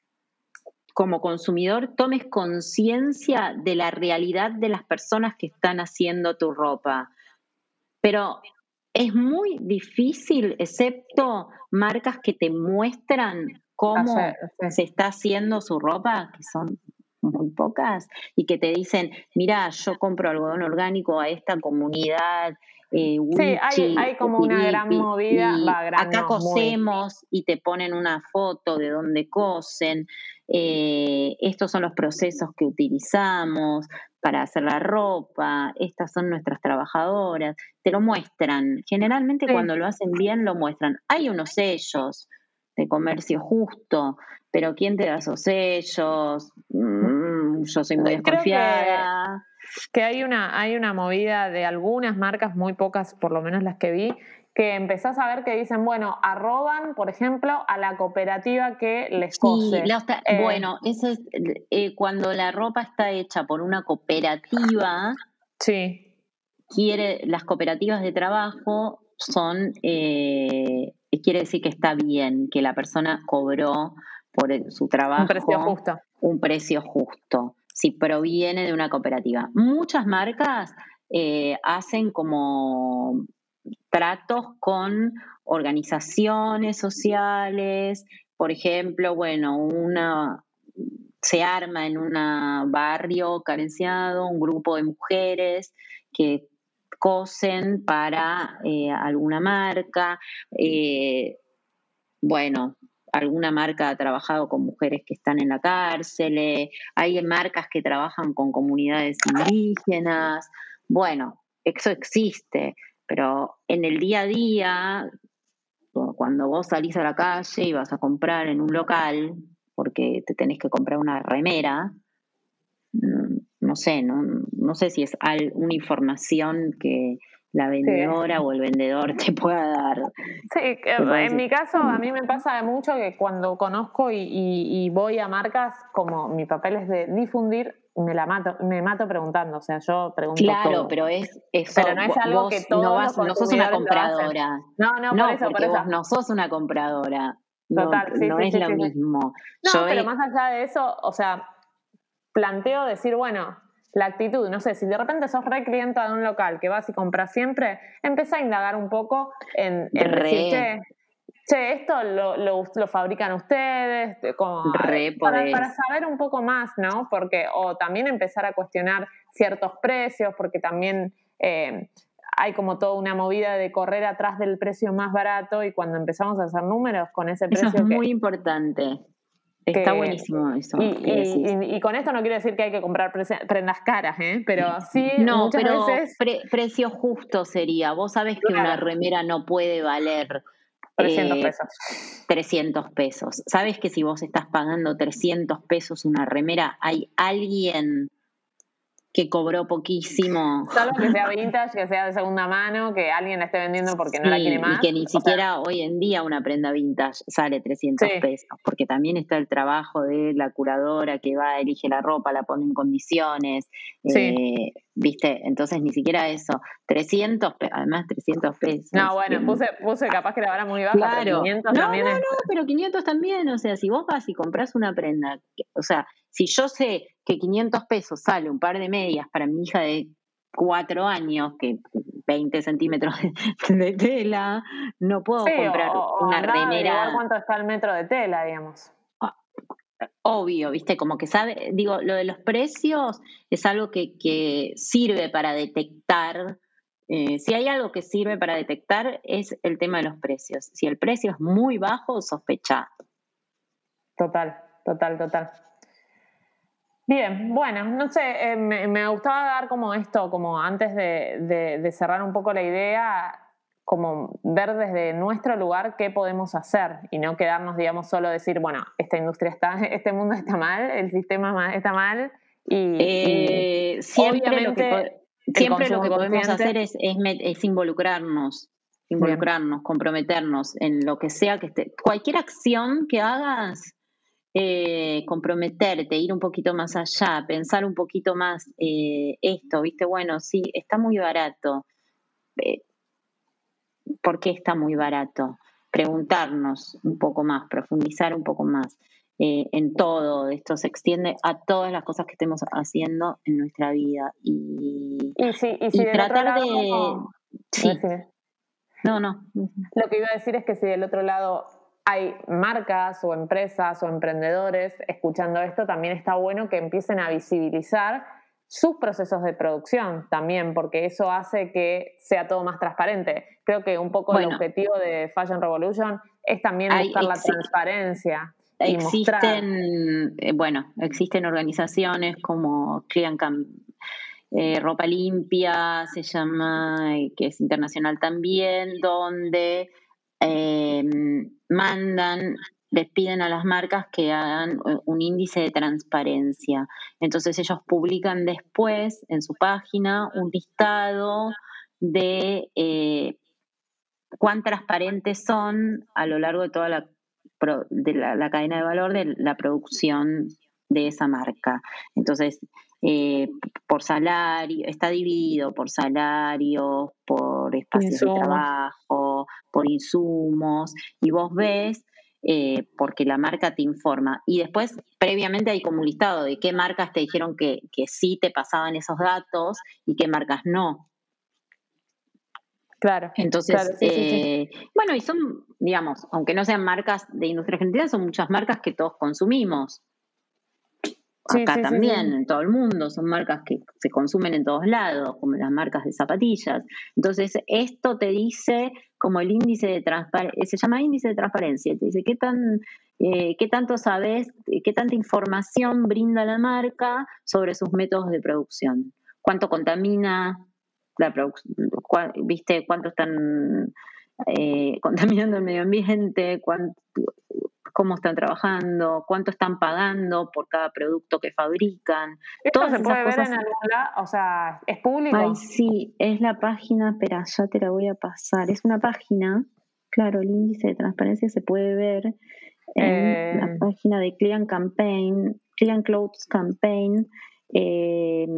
como consumidor tomes conciencia de la realidad de las personas que están haciendo tu ropa, pero es muy difícil, excepto marcas que te muestran Ayer, cómo sí. se está haciendo su ropa, que son muy pocas, y que te dicen, mira, yo compro algodón orgánico a esta comunidad, eh, Sí, hay, Wichi, hay como una gran Piripi, movida, y va, gran acá no, muy. cosemos y te ponen una foto de dónde cosen, eh, estos son los procesos que utilizamos para hacer la ropa, estas son nuestras trabajadoras, te lo muestran. Generalmente Sí, cuando lo hacen bien lo muestran. Hay unos sellos de comercio justo, pero ¿quién te da esos sellos? Mm, yo soy muy creo que, desconfiada. que hay una, hay una movida de algunas marcas, muy pocas, por lo menos las que vi, que empezás a ver que dicen, bueno, arroban, por ejemplo, a la cooperativa que les Sí, cose. la osta- Eh, bueno, eso es eh, cuando la ropa está hecha por una cooperativa. sí, Quiere, las cooperativas de trabajo son, eh, quiere decir que está bien, que la persona cobró por el- su un precio trabajo justo. un precio justo, si proviene de una cooperativa. Muchas marcas eh, hacen como tratos con organizaciones sociales, por ejemplo, bueno, una se arma en un barrio carenciado un grupo de mujeres que cosen para eh, alguna marca, eh, bueno, alguna marca ha trabajado con mujeres que están en la cárcel, eh, hay marcas que trabajan con comunidades indígenas, bueno, eso existe, pero en el día a día, cuando vos salís a la calle y vas a comprar en un local, porque te tenés que comprar una remera, no, no sé, no, no sé si es al, una información que la Sí, vendedora o el vendedor te pueda dar. sí, Te puede en decir, mi caso a mí me pasa mucho que cuando conozco y, y- y voy a marcas, como mi papel es de difundir, me la mato, me mato preguntando, o sea, yo pregunto claro, todo. pero es Pero eso, no es algo que vos no todos los vas, no sos una consumidores lo hacen. compradora. No, no, por No, eso, por porque eso. vos no sos una compradora. No, Total, sí, no sí, es sí, lo sí, sí. mismo. No, Yo pero he, más allá de eso, o sea, planteo decir, bueno, la actitud, no sé, si de repente sos re clienta de un local que vas y compras siempre, empieza a indagar un poco en, en decir, re, che, che, esto lo, lo, lo fabrican ustedes, como, re para, para podés. saber un poco más, ¿no? Porque, o también empezar a cuestionar ciertos precios, porque también eh, hay como toda una movida de correr atrás del precio más barato y cuando empezamos a hacer números con ese Eso es precio que, muy importante. Está que buenísimo eso y, que decís. y, y, y con esto no quiero decir que hay que comprar prendas caras, ¿eh? Pero sí, No, muchas pero veces, pre- precio justo sería. Vos sabés que una claro, remera no puede valer trescientos eh, pesos. trescientos pesos. Sabés que si vos estás pagando trescientos pesos una remera, hay alguien que cobró poquísimo. Salvo que sea vintage, que sea de segunda mano, que alguien la esté vendiendo porque no la quiere Sí, y más. que ni O sea, siquiera hoy en día una prenda vintage sale sí, trescientos pesos, porque también está el trabajo de la curadora que va, elige la ropa, la pone en condiciones, sí. eh, ¿viste? Entonces ni siquiera eso. trescientos pesos, además trescientos No, pesos. bueno, Bien. puse, puse capaz que la vara muy baja, pero Claro. quinientos No, no, también es. no, pero quinientos también, o sea, si vos vas y compras una prenda, o sea, si yo sé que quinientos pesos sale un par de medias para mi hija de cuatro años, que veinte centímetros de tela, no puedo sí, comprar o, o una andá a averiguar remera. cuánto está el metro de tela, digamos. Obvio, viste, como que sabe, digo, lo de los precios es algo que, que sirve para detectar. Eh, si hay algo que sirve para detectar es el tema de los precios. Si el precio es muy bajo, sospecha. Total, total, total. Bien, bueno, no sé, eh, me, me gustaba dar como esto, como antes de, de, de cerrar un poco la idea, como ver desde nuestro lugar qué podemos hacer y no quedarnos, digamos, solo decir, bueno, esta industria está, este mundo está mal, el sistema está mal y, eh, y siempre lo que obviamente el siempre lo que consumo podemos consciente. hacer es, es, es involucrarnos, involucrarnos, Bien. comprometernos en lo que sea que esté. Cualquier acción que hagas, eh, comprometerte, ir un poquito más allá, pensar un poquito más eh, esto, viste, bueno, sí, está muy barato. Eh, ¿Por qué está muy barato? Preguntarnos un poco más, profundizar un poco más eh, en todo. Esto se extiende a todas las cosas que estemos haciendo en nuestra vida. Y, y si, y si y del tratar otro lado, de... Sí. Decime. No, no. Lo que iba a decir es que si del otro lado hay marcas o empresas o emprendedores escuchando esto, también está bueno que empiecen a visibilizar sus procesos de producción también, porque eso hace que sea todo más transparente. Creo que un poco Bueno, el objetivo de Fashion Revolution es también buscar hay, la ex, transparencia y existen, mostrar. Eh, bueno, existen organizaciones como Clean Camp, eh, Ropa Limpia, se llama, que es internacional también, donde eh, mandan, les piden a las marcas que hagan un índice de transparencia. Entonces ellos publican después en su página un listado de eh, cuán transparentes son a lo largo de toda la, de la, la cadena de valor de la producción de esa marca. Entonces, eh, por salario, está dividido por salarios, por espacios insumos. de trabajo, por insumos, y vos ves, eh, porque la marca te informa. Y después, previamente hay como un listado de qué marcas te dijeron que, que sí te pasaban esos datos y qué marcas no. Claro. Entonces, claro, sí, eh, sí, sí. bueno, y son, digamos, aunque no sean marcas de industria argentina, son muchas marcas que todos consumimos. Acá sí, sí, también, sí, sí. en todo el mundo, son marcas que se consumen en todos lados, como las marcas de zapatillas. Entonces, esto te dice como el índice de transparencia, se llama índice de transparencia, te dice qué tan, eh, qué tanto sabes, qué tanta información brinda la marca sobre sus métodos de producción, cuánto contamina la producción, viste, cuánto están eh, contaminando el medio ambiente, cuánto, cómo están trabajando, cuánto están pagando por cada producto que fabrican. ¿Esto Todas se puede ver cosas... en algún lado? O sea, ¿es público? Ay, sí, es la página, espera, ya te la voy a pasar. Es una página, claro, el índice de transparencia se puede ver en eh... la página de Clean Campaign, Clean Clothes Campaign. Eh...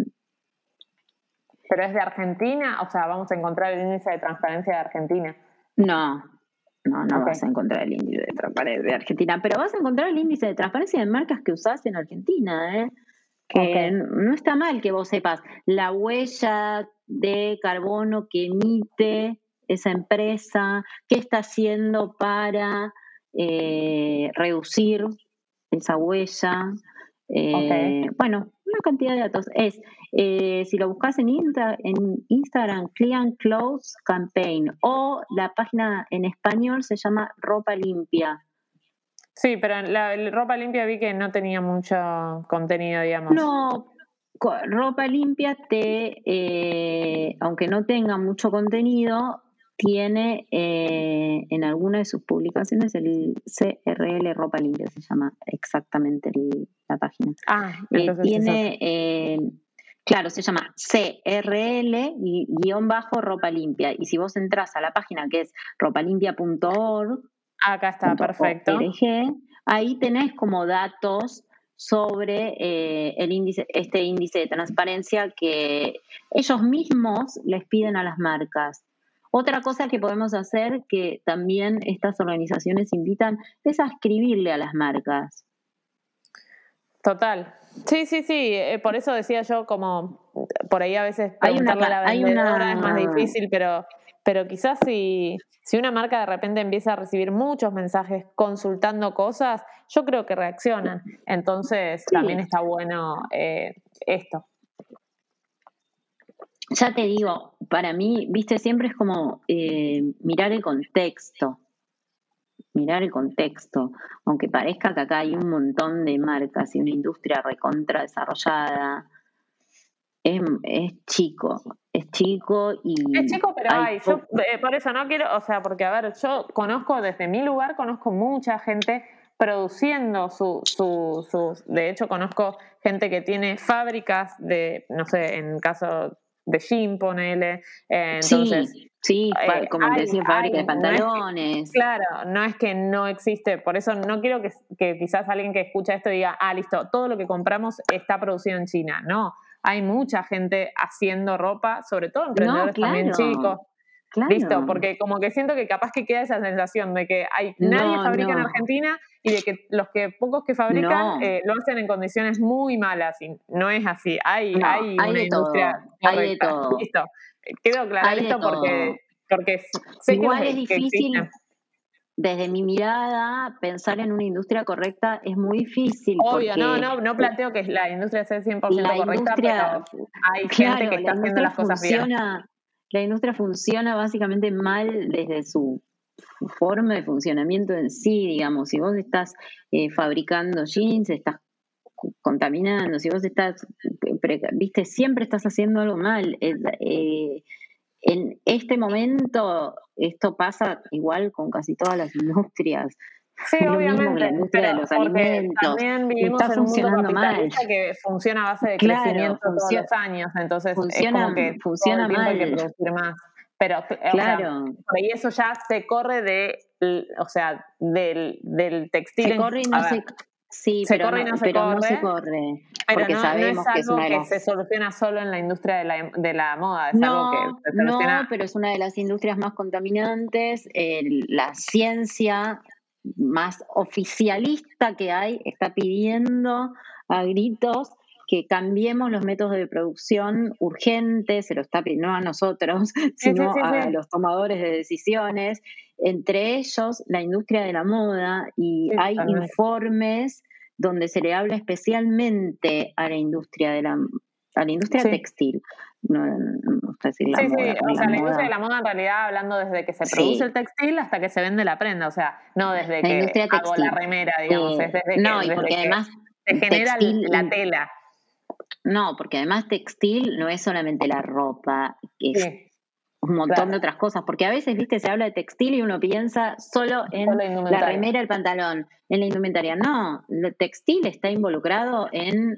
¿Pero es de Argentina? O sea, vamos a encontrar el índice de transparencia de Argentina. No, no, no okay. vas a encontrar el índice de transparencia de Argentina, pero vas a encontrar el índice de transparencia de marcas que usás en Argentina, ¿eh? Que okay. no está mal que vos sepas la huella de carbono que emite esa empresa, qué está haciendo para eh, reducir esa huella. Eh, okay. Bueno, una cantidad de datos. Es, eh, si lo buscas en, Insta, en Instagram, Clean Clothes Campaign, o la página en español se llama Ropa Limpia. Sí, pero la, la Ropa Limpia vi que no tenía mucho contenido, digamos. No, Ropa Limpia te, eh, aunque no tenga mucho contenido, tiene eh, en alguna de sus publicaciones el C R L Ropa Limpia, se llama exactamente el, la página. Ah, entonces eh, tiene, eh, claro, se llama C R L guión bajo Ropa Limpia. Y si vos entras a la página que es ropalimpia punto org, acá está, perfecto. Ahí tenés como datos sobre eh, el índice, este índice de transparencia que ellos mismos les piden a las marcas. Otra cosa que podemos hacer, que también estas organizaciones invitan, es a escribirle a las marcas. Total. Sí, sí, sí. Eh, por eso decía yo como por ahí a veces Hay una, preguntarle a la hay vendedora una... es más difícil, pero, pero quizás si, si una marca de repente empieza a recibir muchos mensajes consultando cosas, yo creo que reaccionan. Entonces Sí. también está bueno eh, esto. Ya te digo, para mí, viste, siempre es como eh, mirar el contexto. Mirar el contexto, aunque parezca que acá hay un montón de marcas y una industria recontra desarrollada, es, es chico, es chico y es chico, pero hay hay, po- yo eh, por eso no quiero, o sea, porque a ver, yo conozco desde mi lugar, conozco mucha gente produciendo su, su, sus, de hecho conozco gente que tiene fábricas de, no sé, en caso de jean, ponele, eh, entonces... Sí, sí, fa- Eh, como te hay, decía, hay, fábrica de no es que, pantalones. claro, no es que no existe, por eso no quiero que, que quizás alguien que escucha esto diga, ah, listo, todo lo que compramos está producido en China. No, hay mucha gente haciendo ropa, sobre todo No, emprendedores también chicos. claro, Listo, claro. porque como que siento que capaz que queda esa sensación de que hay nadie No, fabrica en no, Argentina y de que los que pocos que fabrican no, eh, lo hacen en condiciones muy malas y no es así. Hay, no, hay hay una de industria todo, hay de correcta. todo, Listo. Quiero aclarar hay de esto porque, todo. porque sé que, los, Igual es que existen. difícil, desde mi mirada, pensar en una industria correcta es muy difícil Obvio, no, porque no, no planteo que la industria sea cien por ciento la correcta, industria, pero hay gente que claro, está la haciendo industria las cosas bien. funciona, la industria funciona básicamente mal desde su forma de funcionamiento en sí, digamos. Si vos estás eh, fabricando jeans, estás contaminando, si vos estás, pre- viste, siempre estás haciendo algo mal. Eh, eh, en este momento, esto pasa igual con casi todas las industrias. Sí, Es lo mismo que obviamente, la industria pero de los porque alimentos. también vivimos Está en un mundo funcionando mal. capitalista que funciona a base de Claro, crecimiento todos funciona, los años, entonces es funciona, como que todo el funciona tiempo hay que mal. producir más. Pero, o sea, Claro, por ahí eso ya se corre de, o sea, del, del textil, se en, corre y a no ver, se, sí, se pero corre y no, no se pero no se corre, corre, pero porque no, no es sabemos que es una algo de que se las. soluciona solo en la industria de la, de la moda, es algo que No, se no, soluciona. pero es una de las industrias más contaminantes. El- la ciencia más oficialista que hay está pidiendo a gritos que cambiemos los métodos de producción urgentes, se lo está pidiendo no a nosotros, Sí, sí, sino sí, a sí. los tomadores de decisiones, entre ellos la industria de la moda, y Sí, hay totalmente. informes donde se le habla especialmente a la industria de la a la industria Sí. textil, no, no me gusta decir la Sí, sí, moda, porque o la sea, la industria de moda, la moda en realidad hablando desde que se produce el sí, textil hasta que se vende la prenda, o sea, no desde la que industria hago la textil. remera, digamos, es Eh, desde que, no, y desde porque que además se genera textil, la tela. no, porque además textil no es solamente la ropa, es Sí, un montón claro, de otras cosas, porque a veces, viste, se habla de textil y uno piensa solo en solo la indumentaria. remera, el pantalón, en la indumentaria. No, el textil está involucrado en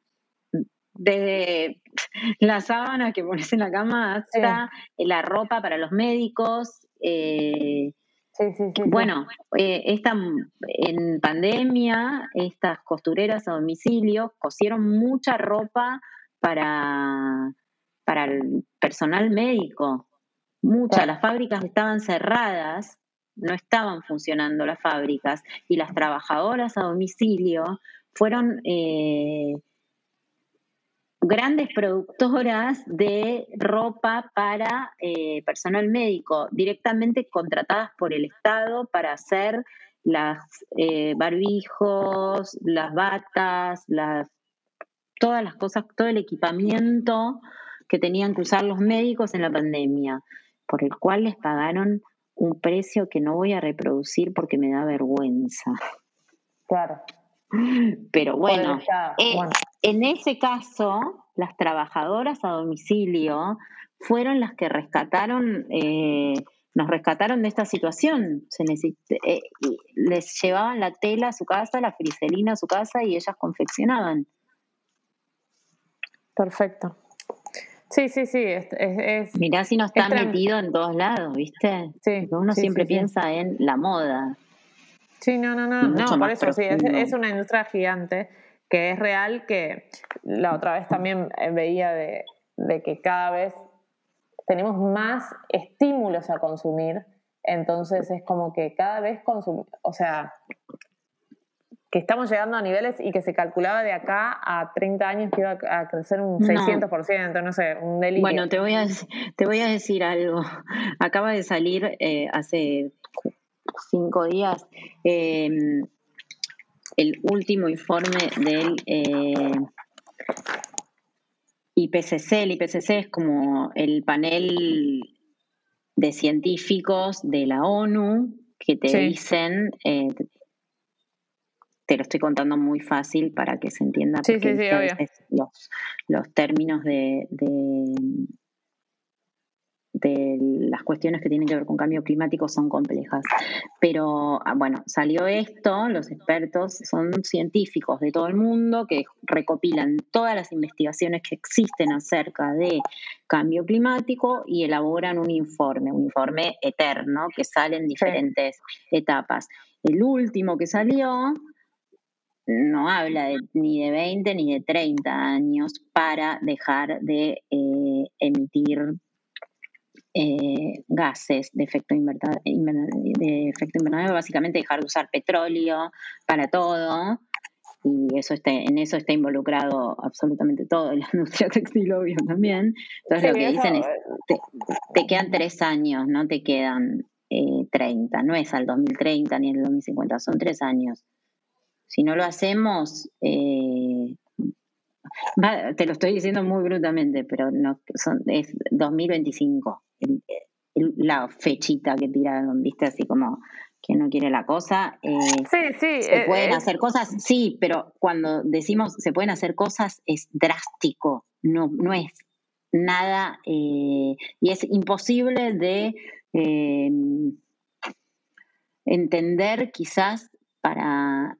desde la sábana que pones en la cama Sí, hasta la ropa para los médicos. Eh, sí, sí, sí, sí. bueno, eh, esta, en pandemia, estas costureras a domicilio cosieron mucha ropa para, para el personal médico. Muchas, Claro. las fábricas estaban cerradas, no estaban funcionando las fábricas, y las trabajadoras a domicilio fueron eh, grandes productoras de ropa para eh, personal médico, directamente contratadas por el Estado para hacer las eh, barbijos, las batas, las, todas las cosas, todo el equipamiento que tenían que usar los médicos en la pandemia, por el cual les pagaron un precio que no voy a reproducir porque me da vergüenza. Claro. Pero Por el bueno, Estado. eh, Bueno. en ese caso, las trabajadoras a domicilio fueron las que rescataron, eh, nos rescataron de esta situación. Se necesit- eh, les llevaban la tela a su casa, la friselina a su casa y ellas confeccionaban. Perfecto. Sí, sí, sí, es, es, es, Mirá si no es está trem- metido en todos lados, ¿viste? sí, Porque uno sí, siempre sí, sí. piensa en la moda, Sí, no, no, y no, mucho no, por más eso sí, es, profundo. es una industria gigante que es real, que la otra vez también eh, veía de, de que cada vez tenemos más estímulos a consumir, entonces es como que cada vez consumimos, o sea, que estamos llegando a niveles y que se calculaba de acá a treinta años que iba a crecer un no. seiscientos por ciento, no sé, un delirio. Bueno, te voy a, te voy a decir algo. Acaba de salir eh, hace cinco días eh, el último informe del eh, I P C C. El I P C C es como el panel de científicos de la ONU que te sí. dicen... Eh, te lo estoy contando muy fácil para que se entienda, sí, porque sí, sí, a veces los, los términos de, de, de las cuestiones que tienen que ver con cambio climático son complejas. Pero, bueno, salió esto, los expertos son científicos de todo el mundo que recopilan todas las investigaciones que existen acerca de cambio climático y elaboran un informe, un informe eterno que sale en diferentes sí. etapas. El último que salió... no habla de, ni de veinte ni de treinta años para dejar de eh, emitir eh, gases de efecto invernadero, de efecto invernadero, básicamente dejar de usar petróleo para todo, y eso está, en eso está involucrado absolutamente todo, la industria textil obvio también. Entonces sí, lo que eso... dicen es, te, te quedan tres años, no te quedan eh, treinta, no es al dos mil treinta ni al dos mil cincuenta, son tres años. Si no lo hacemos, eh, va, te lo estoy diciendo muy brutamente, pero no, son, es dos mil veinticinco, el, el, la fechita que tiraron, viste, así como que no quiere la cosa. Eh, sí, sí. Se eh, pueden eh, hacer cosas, sí, pero cuando decimos se pueden hacer cosas es drástico, no, no es nada, eh, y es imposible de eh, entender quizás para...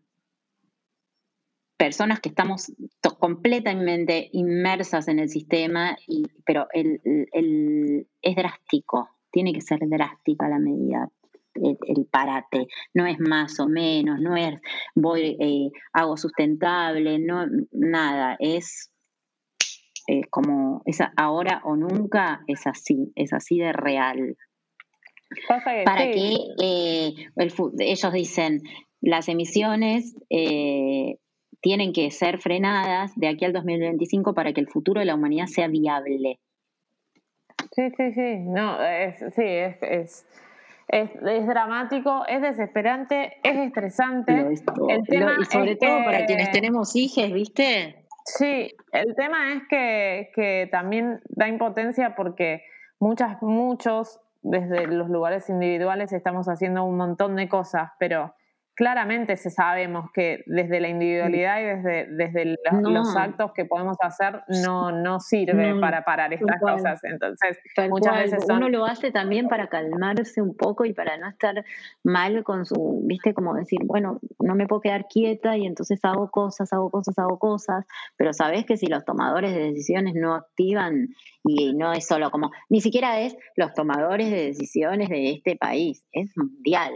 personas que estamos to- completamente inmersas en el sistema, y, pero el, el, el, es drástico, tiene que ser drástica la medida, el, el parate, no es más o menos, no es voy, eh, hago sustentable, no, nada, es, es como es ahora o nunca, es así, es así de real. Pasa que Para sí. que eh, el, ellos dicen las emisiones eh, tienen que ser frenadas de aquí al dos mil veinticinco para que el futuro de la humanidad sea viable. Sí, sí, sí. No, es, sí, es, es, es, es dramático, es desesperante, es estresante. Lo es todo. El tema Lo, y sobre es todo que, para quienes tenemos hijos, ¿viste? Sí, el tema es que, que también da impotencia porque muchas, muchos desde los lugares individuales estamos haciendo un montón de cosas, pero claramente se sabemos que desde la individualidad y desde, desde los, no. los actos que podemos hacer no, no sirve no, para parar estas cosas. Entonces, tal muchas cual. veces son... Uno lo hace también para calmarse un poco y para no estar mal con su, viste, como decir, bueno, no me puedo quedar quieta y entonces hago cosas, hago cosas, hago cosas, pero sabés que si los tomadores de decisiones no activan, y no es solo como, ni siquiera es los tomadores de decisiones de este país, es mundial.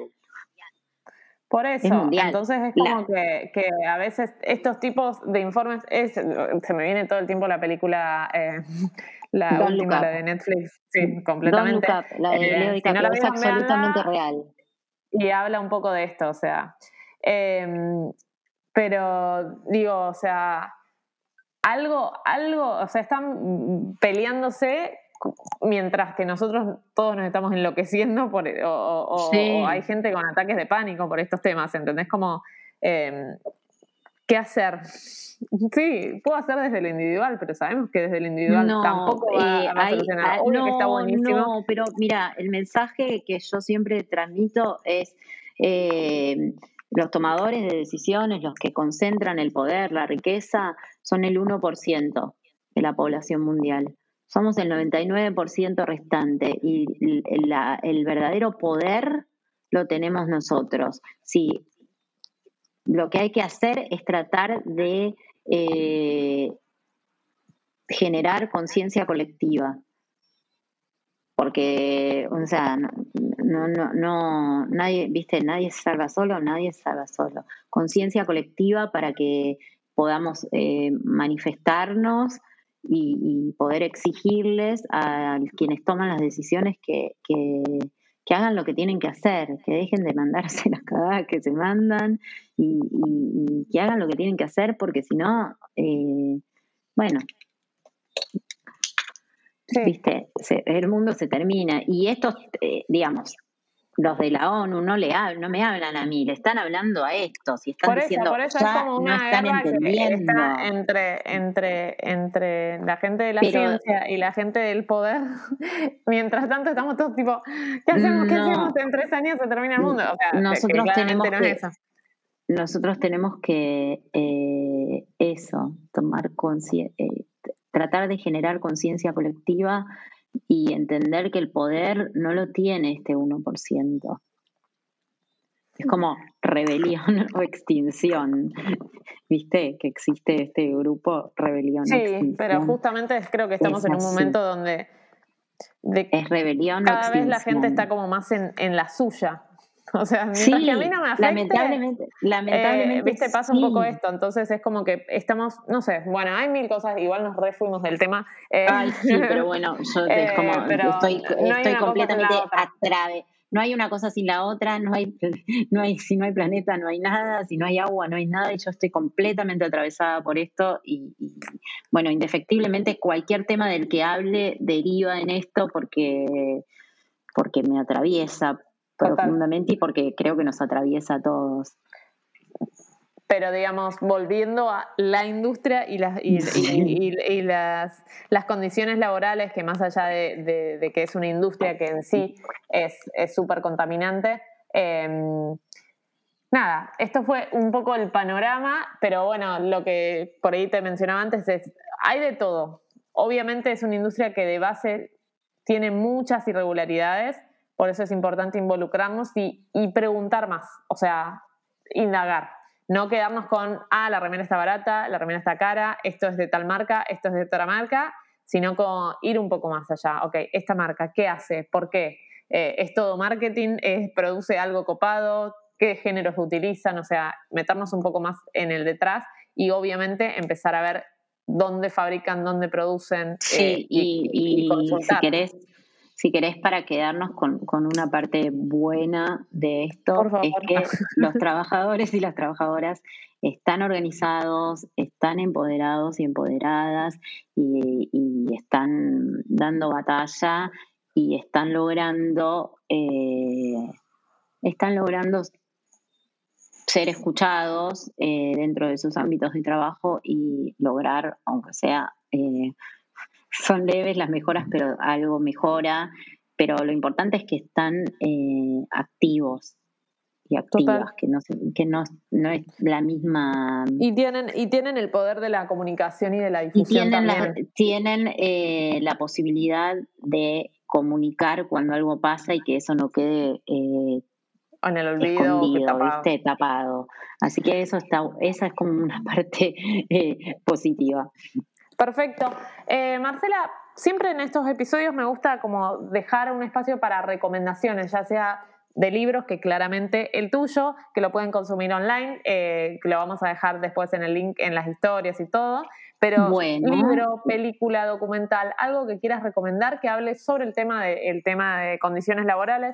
Por eso, entonces es como la... que, que a veces estos tipos de informes, es, se me viene todo el tiempo la película, eh, la Don't última, la de Netflix, sí, completamente. Don't Look Up, la de Leo DiCaprio, si no la es absolutamente real. Y habla un poco de esto, o sea, eh, pero digo, o sea, algo, algo, o sea, están peleándose mientras que nosotros todos nos estamos enloqueciendo por, o, o, sí. o hay gente con ataques de pánico por estos temas, ¿entendés? Como, eh, ¿qué hacer? Sí, puedo hacer desde lo individual, pero sabemos que desde lo individual no, tampoco va, eh, va a hay, solucionar. hay, Obvio no, que está buenísimo. No, pero mira, el mensaje que yo siempre transmito es... Eh, los tomadores de decisiones, los que concentran el poder, la riqueza, son el uno por ciento de la población mundial. Somos el noventa y nueve por ciento restante y la, el verdadero poder lo tenemos nosotros. Sí, lo que hay que hacer es tratar de eh, generar conciencia colectiva. Porque, o sea, no, no, no, nadie, viste, nadie se salva solo, nadie se salva solo. Conciencia colectiva para que podamos eh, manifestarnos y, y poder exigirles a quienes toman las decisiones que, que, que hagan lo que tienen que hacer, que dejen de mandarse las cagadas que se mandan y, y, y que hagan lo que tienen que hacer, porque si no, eh, bueno, sí. viste, se, el mundo se termina. Y estos, eh, digamos, los de la ONU no le hablan, no me hablan a mí, le están hablando a estos y están por eso, diciendo, por eso ya es como una no están guerra entendiendo. Que está entre, entre, entre la gente de la Pero, ciencia y la gente del poder. Mientras tanto estamos todos tipo, ¿qué hacemos? ¿Qué no, hacemos? En tres años se termina el mundo. O sea, nosotros que tenemos no que, es eso. nosotros tenemos que eh, eso, tomar conciencia, eh, tratar de generar conciencia colectiva y entender que el poder no lo tiene este uno por ciento. Es como rebelión o extinción. ¿Viste? Que existe este grupo rebelión sí, o extinción. Sí, pero justamente creo que estamos es en un así. momento donde de es rebelión cada o extinción. vez la gente está como más en, en la suya. O sea, mientras sí, que a mí no me afecte, lamentablemente, lamentablemente eh, viste, pasa sí. un poco esto, entonces es como que estamos, no sé, bueno, hay mil cosas, igual nos refuimos del tema. Eh, Ay, sí, pero bueno, yo eh, es como, pero estoy, no estoy completamente atrave. No hay una cosa sin la otra, no hay, no hay, si no hay planeta no hay nada, si no hay agua no hay nada, y yo estoy completamente atravesada por esto y, y bueno, indefectiblemente cualquier tema del que hable deriva en esto porque, porque me atraviesa Total. profundamente y porque creo que nos atraviesa a todos. Pero digamos, volviendo a la industria y las, y, y, y, y las, las condiciones laborales, que más allá de, de, de que es una industria que en sí es súper contaminante, eh, nada, esto fue un poco el panorama, pero bueno, lo que por ahí te mencionaba antes es, hay de todo. Obviamente es una industria que de base tiene muchas irregularidades, por eso es importante involucrarnos y, y preguntar más, o sea, indagar. No quedarnos con, ah, la remera está barata, la remera está cara, esto es de tal marca, esto es de otra marca, sino con ir un poco más allá. Ok, esta marca, ¿qué hace? ¿Por qué? Eh, ¿Es todo marketing? ¿Es, ¿Produce algo copado? ¿Qué géneros utilizan? O sea, meternos un poco más en el detrás y obviamente empezar a ver dónde fabrican, dónde producen. Sí, eh, y, y, y, y si querés... Si querés, para quedarnos con, con una parte buena de esto, es que los trabajadores y las trabajadoras están organizados, están empoderados y empoderadas y, y están dando batalla y están logrando, eh, están logrando ser escuchados eh, dentro de sus ámbitos de trabajo y lograr, aunque sea... Eh, son leves las mejoras, pero algo mejora. Pero lo importante es que están eh, activos y activas, Total. que, no, que no, no es la misma... Y tienen, y tienen el poder de la comunicación y de la difusión y tienen también. La, tienen eh, la posibilidad de comunicar cuando algo pasa y que eso no quede... Eh, en el olvido, escondido, tapado. ¿viste? Tapado. Así que eso está, esa es como una parte eh, positiva. Perfecto. Eh, Marcela, siempre en estos episodios me gusta como dejar un espacio para recomendaciones, ya sea de libros, que claramente el tuyo, que lo pueden consumir online, eh, que lo vamos a dejar después en el link en las historias y todo, pero bueno. libro, película, documental, algo que quieras recomendar que hable sobre el tema de, el tema de condiciones laborales.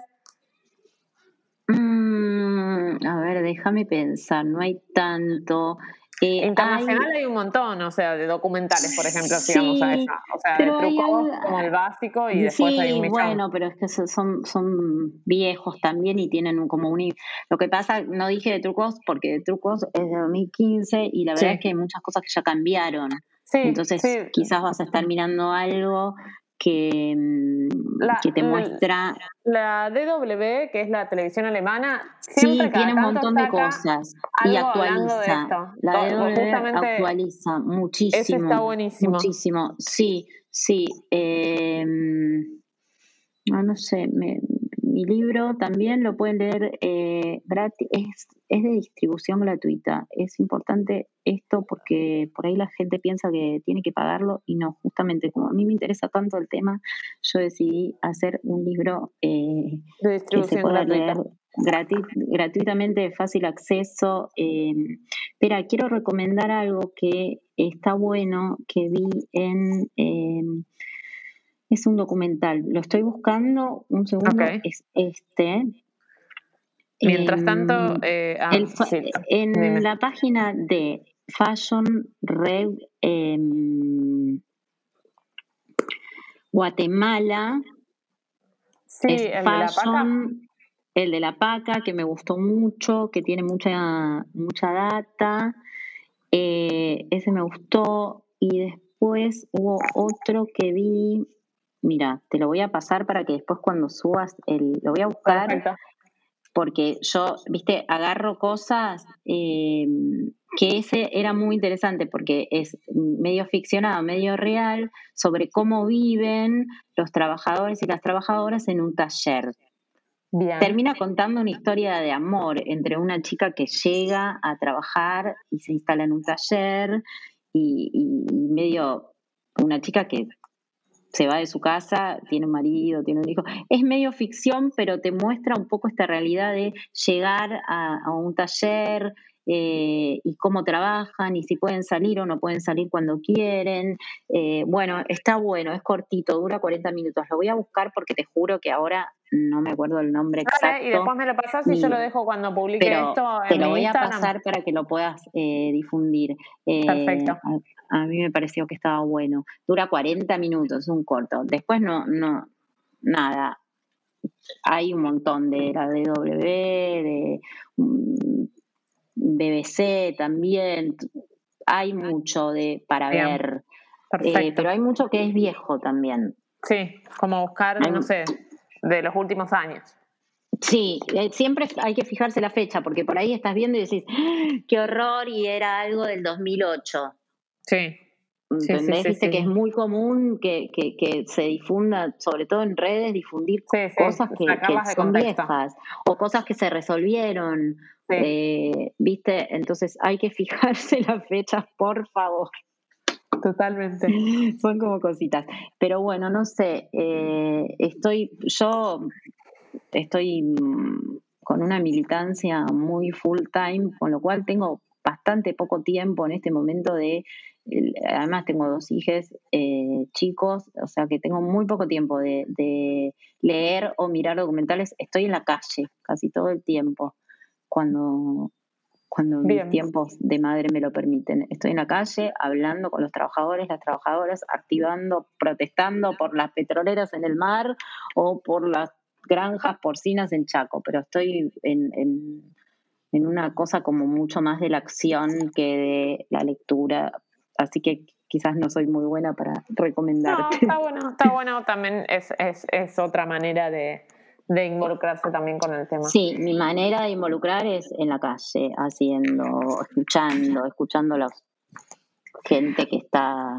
Mm, a ver, déjame pensar, no hay tanto... Eh, Internacional hay, hay un montón, o sea, de documentales, por ejemplo, sí, si vamos a eso. O sea, de trucos hay, como el básico y después sí, hay un millón. Bueno, pero es que son, son viejos también y tienen un, como un... Lo que pasa, no dije de trucos porque de trucos es de dos mil quince y la verdad sí. es que hay muchas cosas que ya cambiaron. Sí, Entonces sí. quizás vas a estar mirando algo que, la, que te muestra... La D W, que es la televisión alemana, siempre sí, tiene un montón de cosas y actualiza. La D W actualiza muchísimo. Ese está buenísimo. Muchísimo, sí, sí. Eh, no, no sé, me, mi libro también lo pueden leer eh, gratis, es, es de distribución gratuita. Es importante esto porque por ahí la gente piensa que tiene que pagarlo y no, justamente como a mí me interesa tanto el tema, yo decidí hacer un libro eh, de distribución que se pueda gratuita. leer gratu- gratuitamente, de fácil acceso. Eh, pero quiero recomendar algo que está bueno, que vi en... Eh, Es un documental. Lo estoy buscando. Un segundo. Okay. Es este. Mientras eh, tanto, eh, ah, el fa- sí, en dime. la página de Fashion Rev eh, Guatemala, Sí, es el de la paca. Fashion, el de la paca, que me gustó mucho, que tiene mucha, mucha data. Eh, ese me gustó. Y después hubo otro que vi. Mira, te lo voy a pasar para que después cuando subas el, lo voy a buscar. Perfecto. Porque yo, viste, agarro cosas eh, que ese era muy interesante porque es medio ficcionado, medio real, sobre cómo viven los trabajadores y las trabajadoras en un taller. Bien. Termina contando una historia de amor entre una chica que llega a trabajar y se instala en un taller y, y, y medio una chica que se va de su casa, tiene un marido, tiene un hijo. Es medio ficción, pero te muestra un poco esta realidad de llegar a, a un taller eh, y cómo trabajan y si pueden salir o no pueden salir cuando quieren. Eh, bueno, está bueno, es cortito, dura cuarenta minutos. Lo voy a buscar porque te juro que ahora no me acuerdo el nombre exacto. Vale, y después me lo pasás y, y yo lo dejo cuando publique pero esto en te lo mi voy Instagram. a pasar para que lo puedas eh, difundir. Eh, Perfecto. A, a mí me pareció que estaba bueno. Dura cuarenta minutos, un corto. Después no, no, nada. Hay un montón de la D W, de um, B B C también. Hay mucho de para Bien. ver. Perfecto. Eh, pero hay mucho que es viejo también. Sí, como buscar, hay, no sé, de los últimos años. Sí, siempre hay que fijarse la fecha, porque por ahí estás viendo y decís, ¡ah, qué horror! Y era algo del dos mil ocho. Sí. ¿Entendés? Sí, sí, sí, Viste sí. que es muy común que, que, que se difunda, sobre todo en redes, difundir sí, sí. cosas que, que son contexto. viejas o cosas que se resolvieron. Sí. Eh, ¿Viste? Entonces hay que fijarse las fechas, por favor. Totalmente. Son como cositas. Pero bueno, no sé, eh, estoy, yo estoy con una militancia muy full time, con lo cual tengo bastante poco tiempo en este momento de, además tengo dos hijos eh, chicos, o sea que tengo muy poco tiempo de, de leer o mirar documentales. Estoy en la calle casi todo el tiempo, cuando, cuando mis tiempos de madre me lo permiten. Estoy en la calle hablando con los trabajadores, las trabajadoras, activando, protestando por las petroleras en el mar o por las granjas porcinas en Chaco, pero estoy en, en, en una cosa como mucho más de la acción que de la lectura, así que quizás no soy muy buena para recomendarte. No, está bueno, está bueno, también es, es, es otra manera de, de involucrarse también con el tema. Sí, mi manera de involucrar es en la calle, haciendo, escuchando, escuchando a la gente que está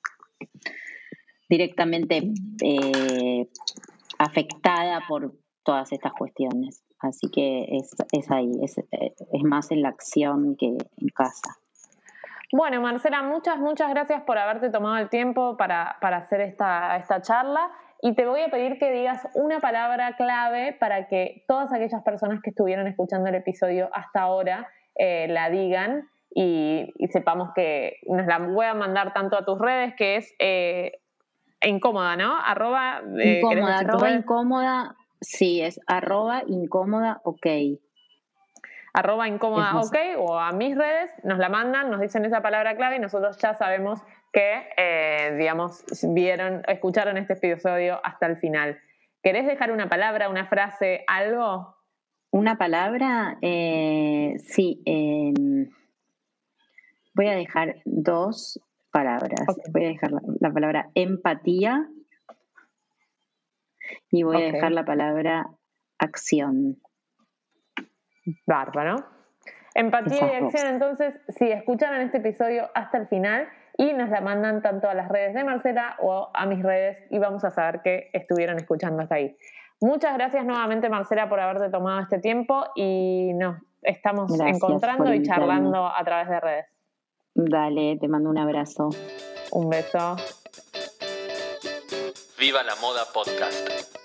directamente eh, afectada por todas estas cuestiones. Así que es, es ahí, es, es más en la acción que en casa. Bueno, Marcela, muchas, muchas gracias por haberte tomado el tiempo para, para hacer esta, esta charla. Y te voy a pedir que digas una palabra clave para que todas aquellas personas que estuvieron escuchando el episodio hasta ahora eh, la digan y, y sepamos que nos la voy a mandar tanto a tus redes, que es eh, incómoda, ¿no? Arroba, eh, incómoda, arroba incómoda, sí, es arroba incómoda, ok. Arroba incómoda, ok, o a mis redes, nos la mandan, nos dicen esa palabra clave y nosotros ya sabemos que, eh, digamos, vieron, escucharon este episodio hasta el final. ¿Querés dejar una palabra, una frase, algo? Una palabra, eh, sí. Eh, voy a dejar dos palabras. Okay. Voy a dejar la, la palabra empatía y voy okay. a dejar la palabra acción. Bárbaro. Empatía Esas y acción, dos. Entonces, si escucharon este episodio hasta el final y nos la mandan tanto a las redes de Marcela o a mis redes y vamos a saber que estuvieron escuchando hasta ahí. Muchas gracias nuevamente, Marcela, por haberte tomado este tiempo y nos estamos gracias encontrando y charlando a través de redes. Dale, te mando un abrazo. Un beso. Viva la Moda Podcast.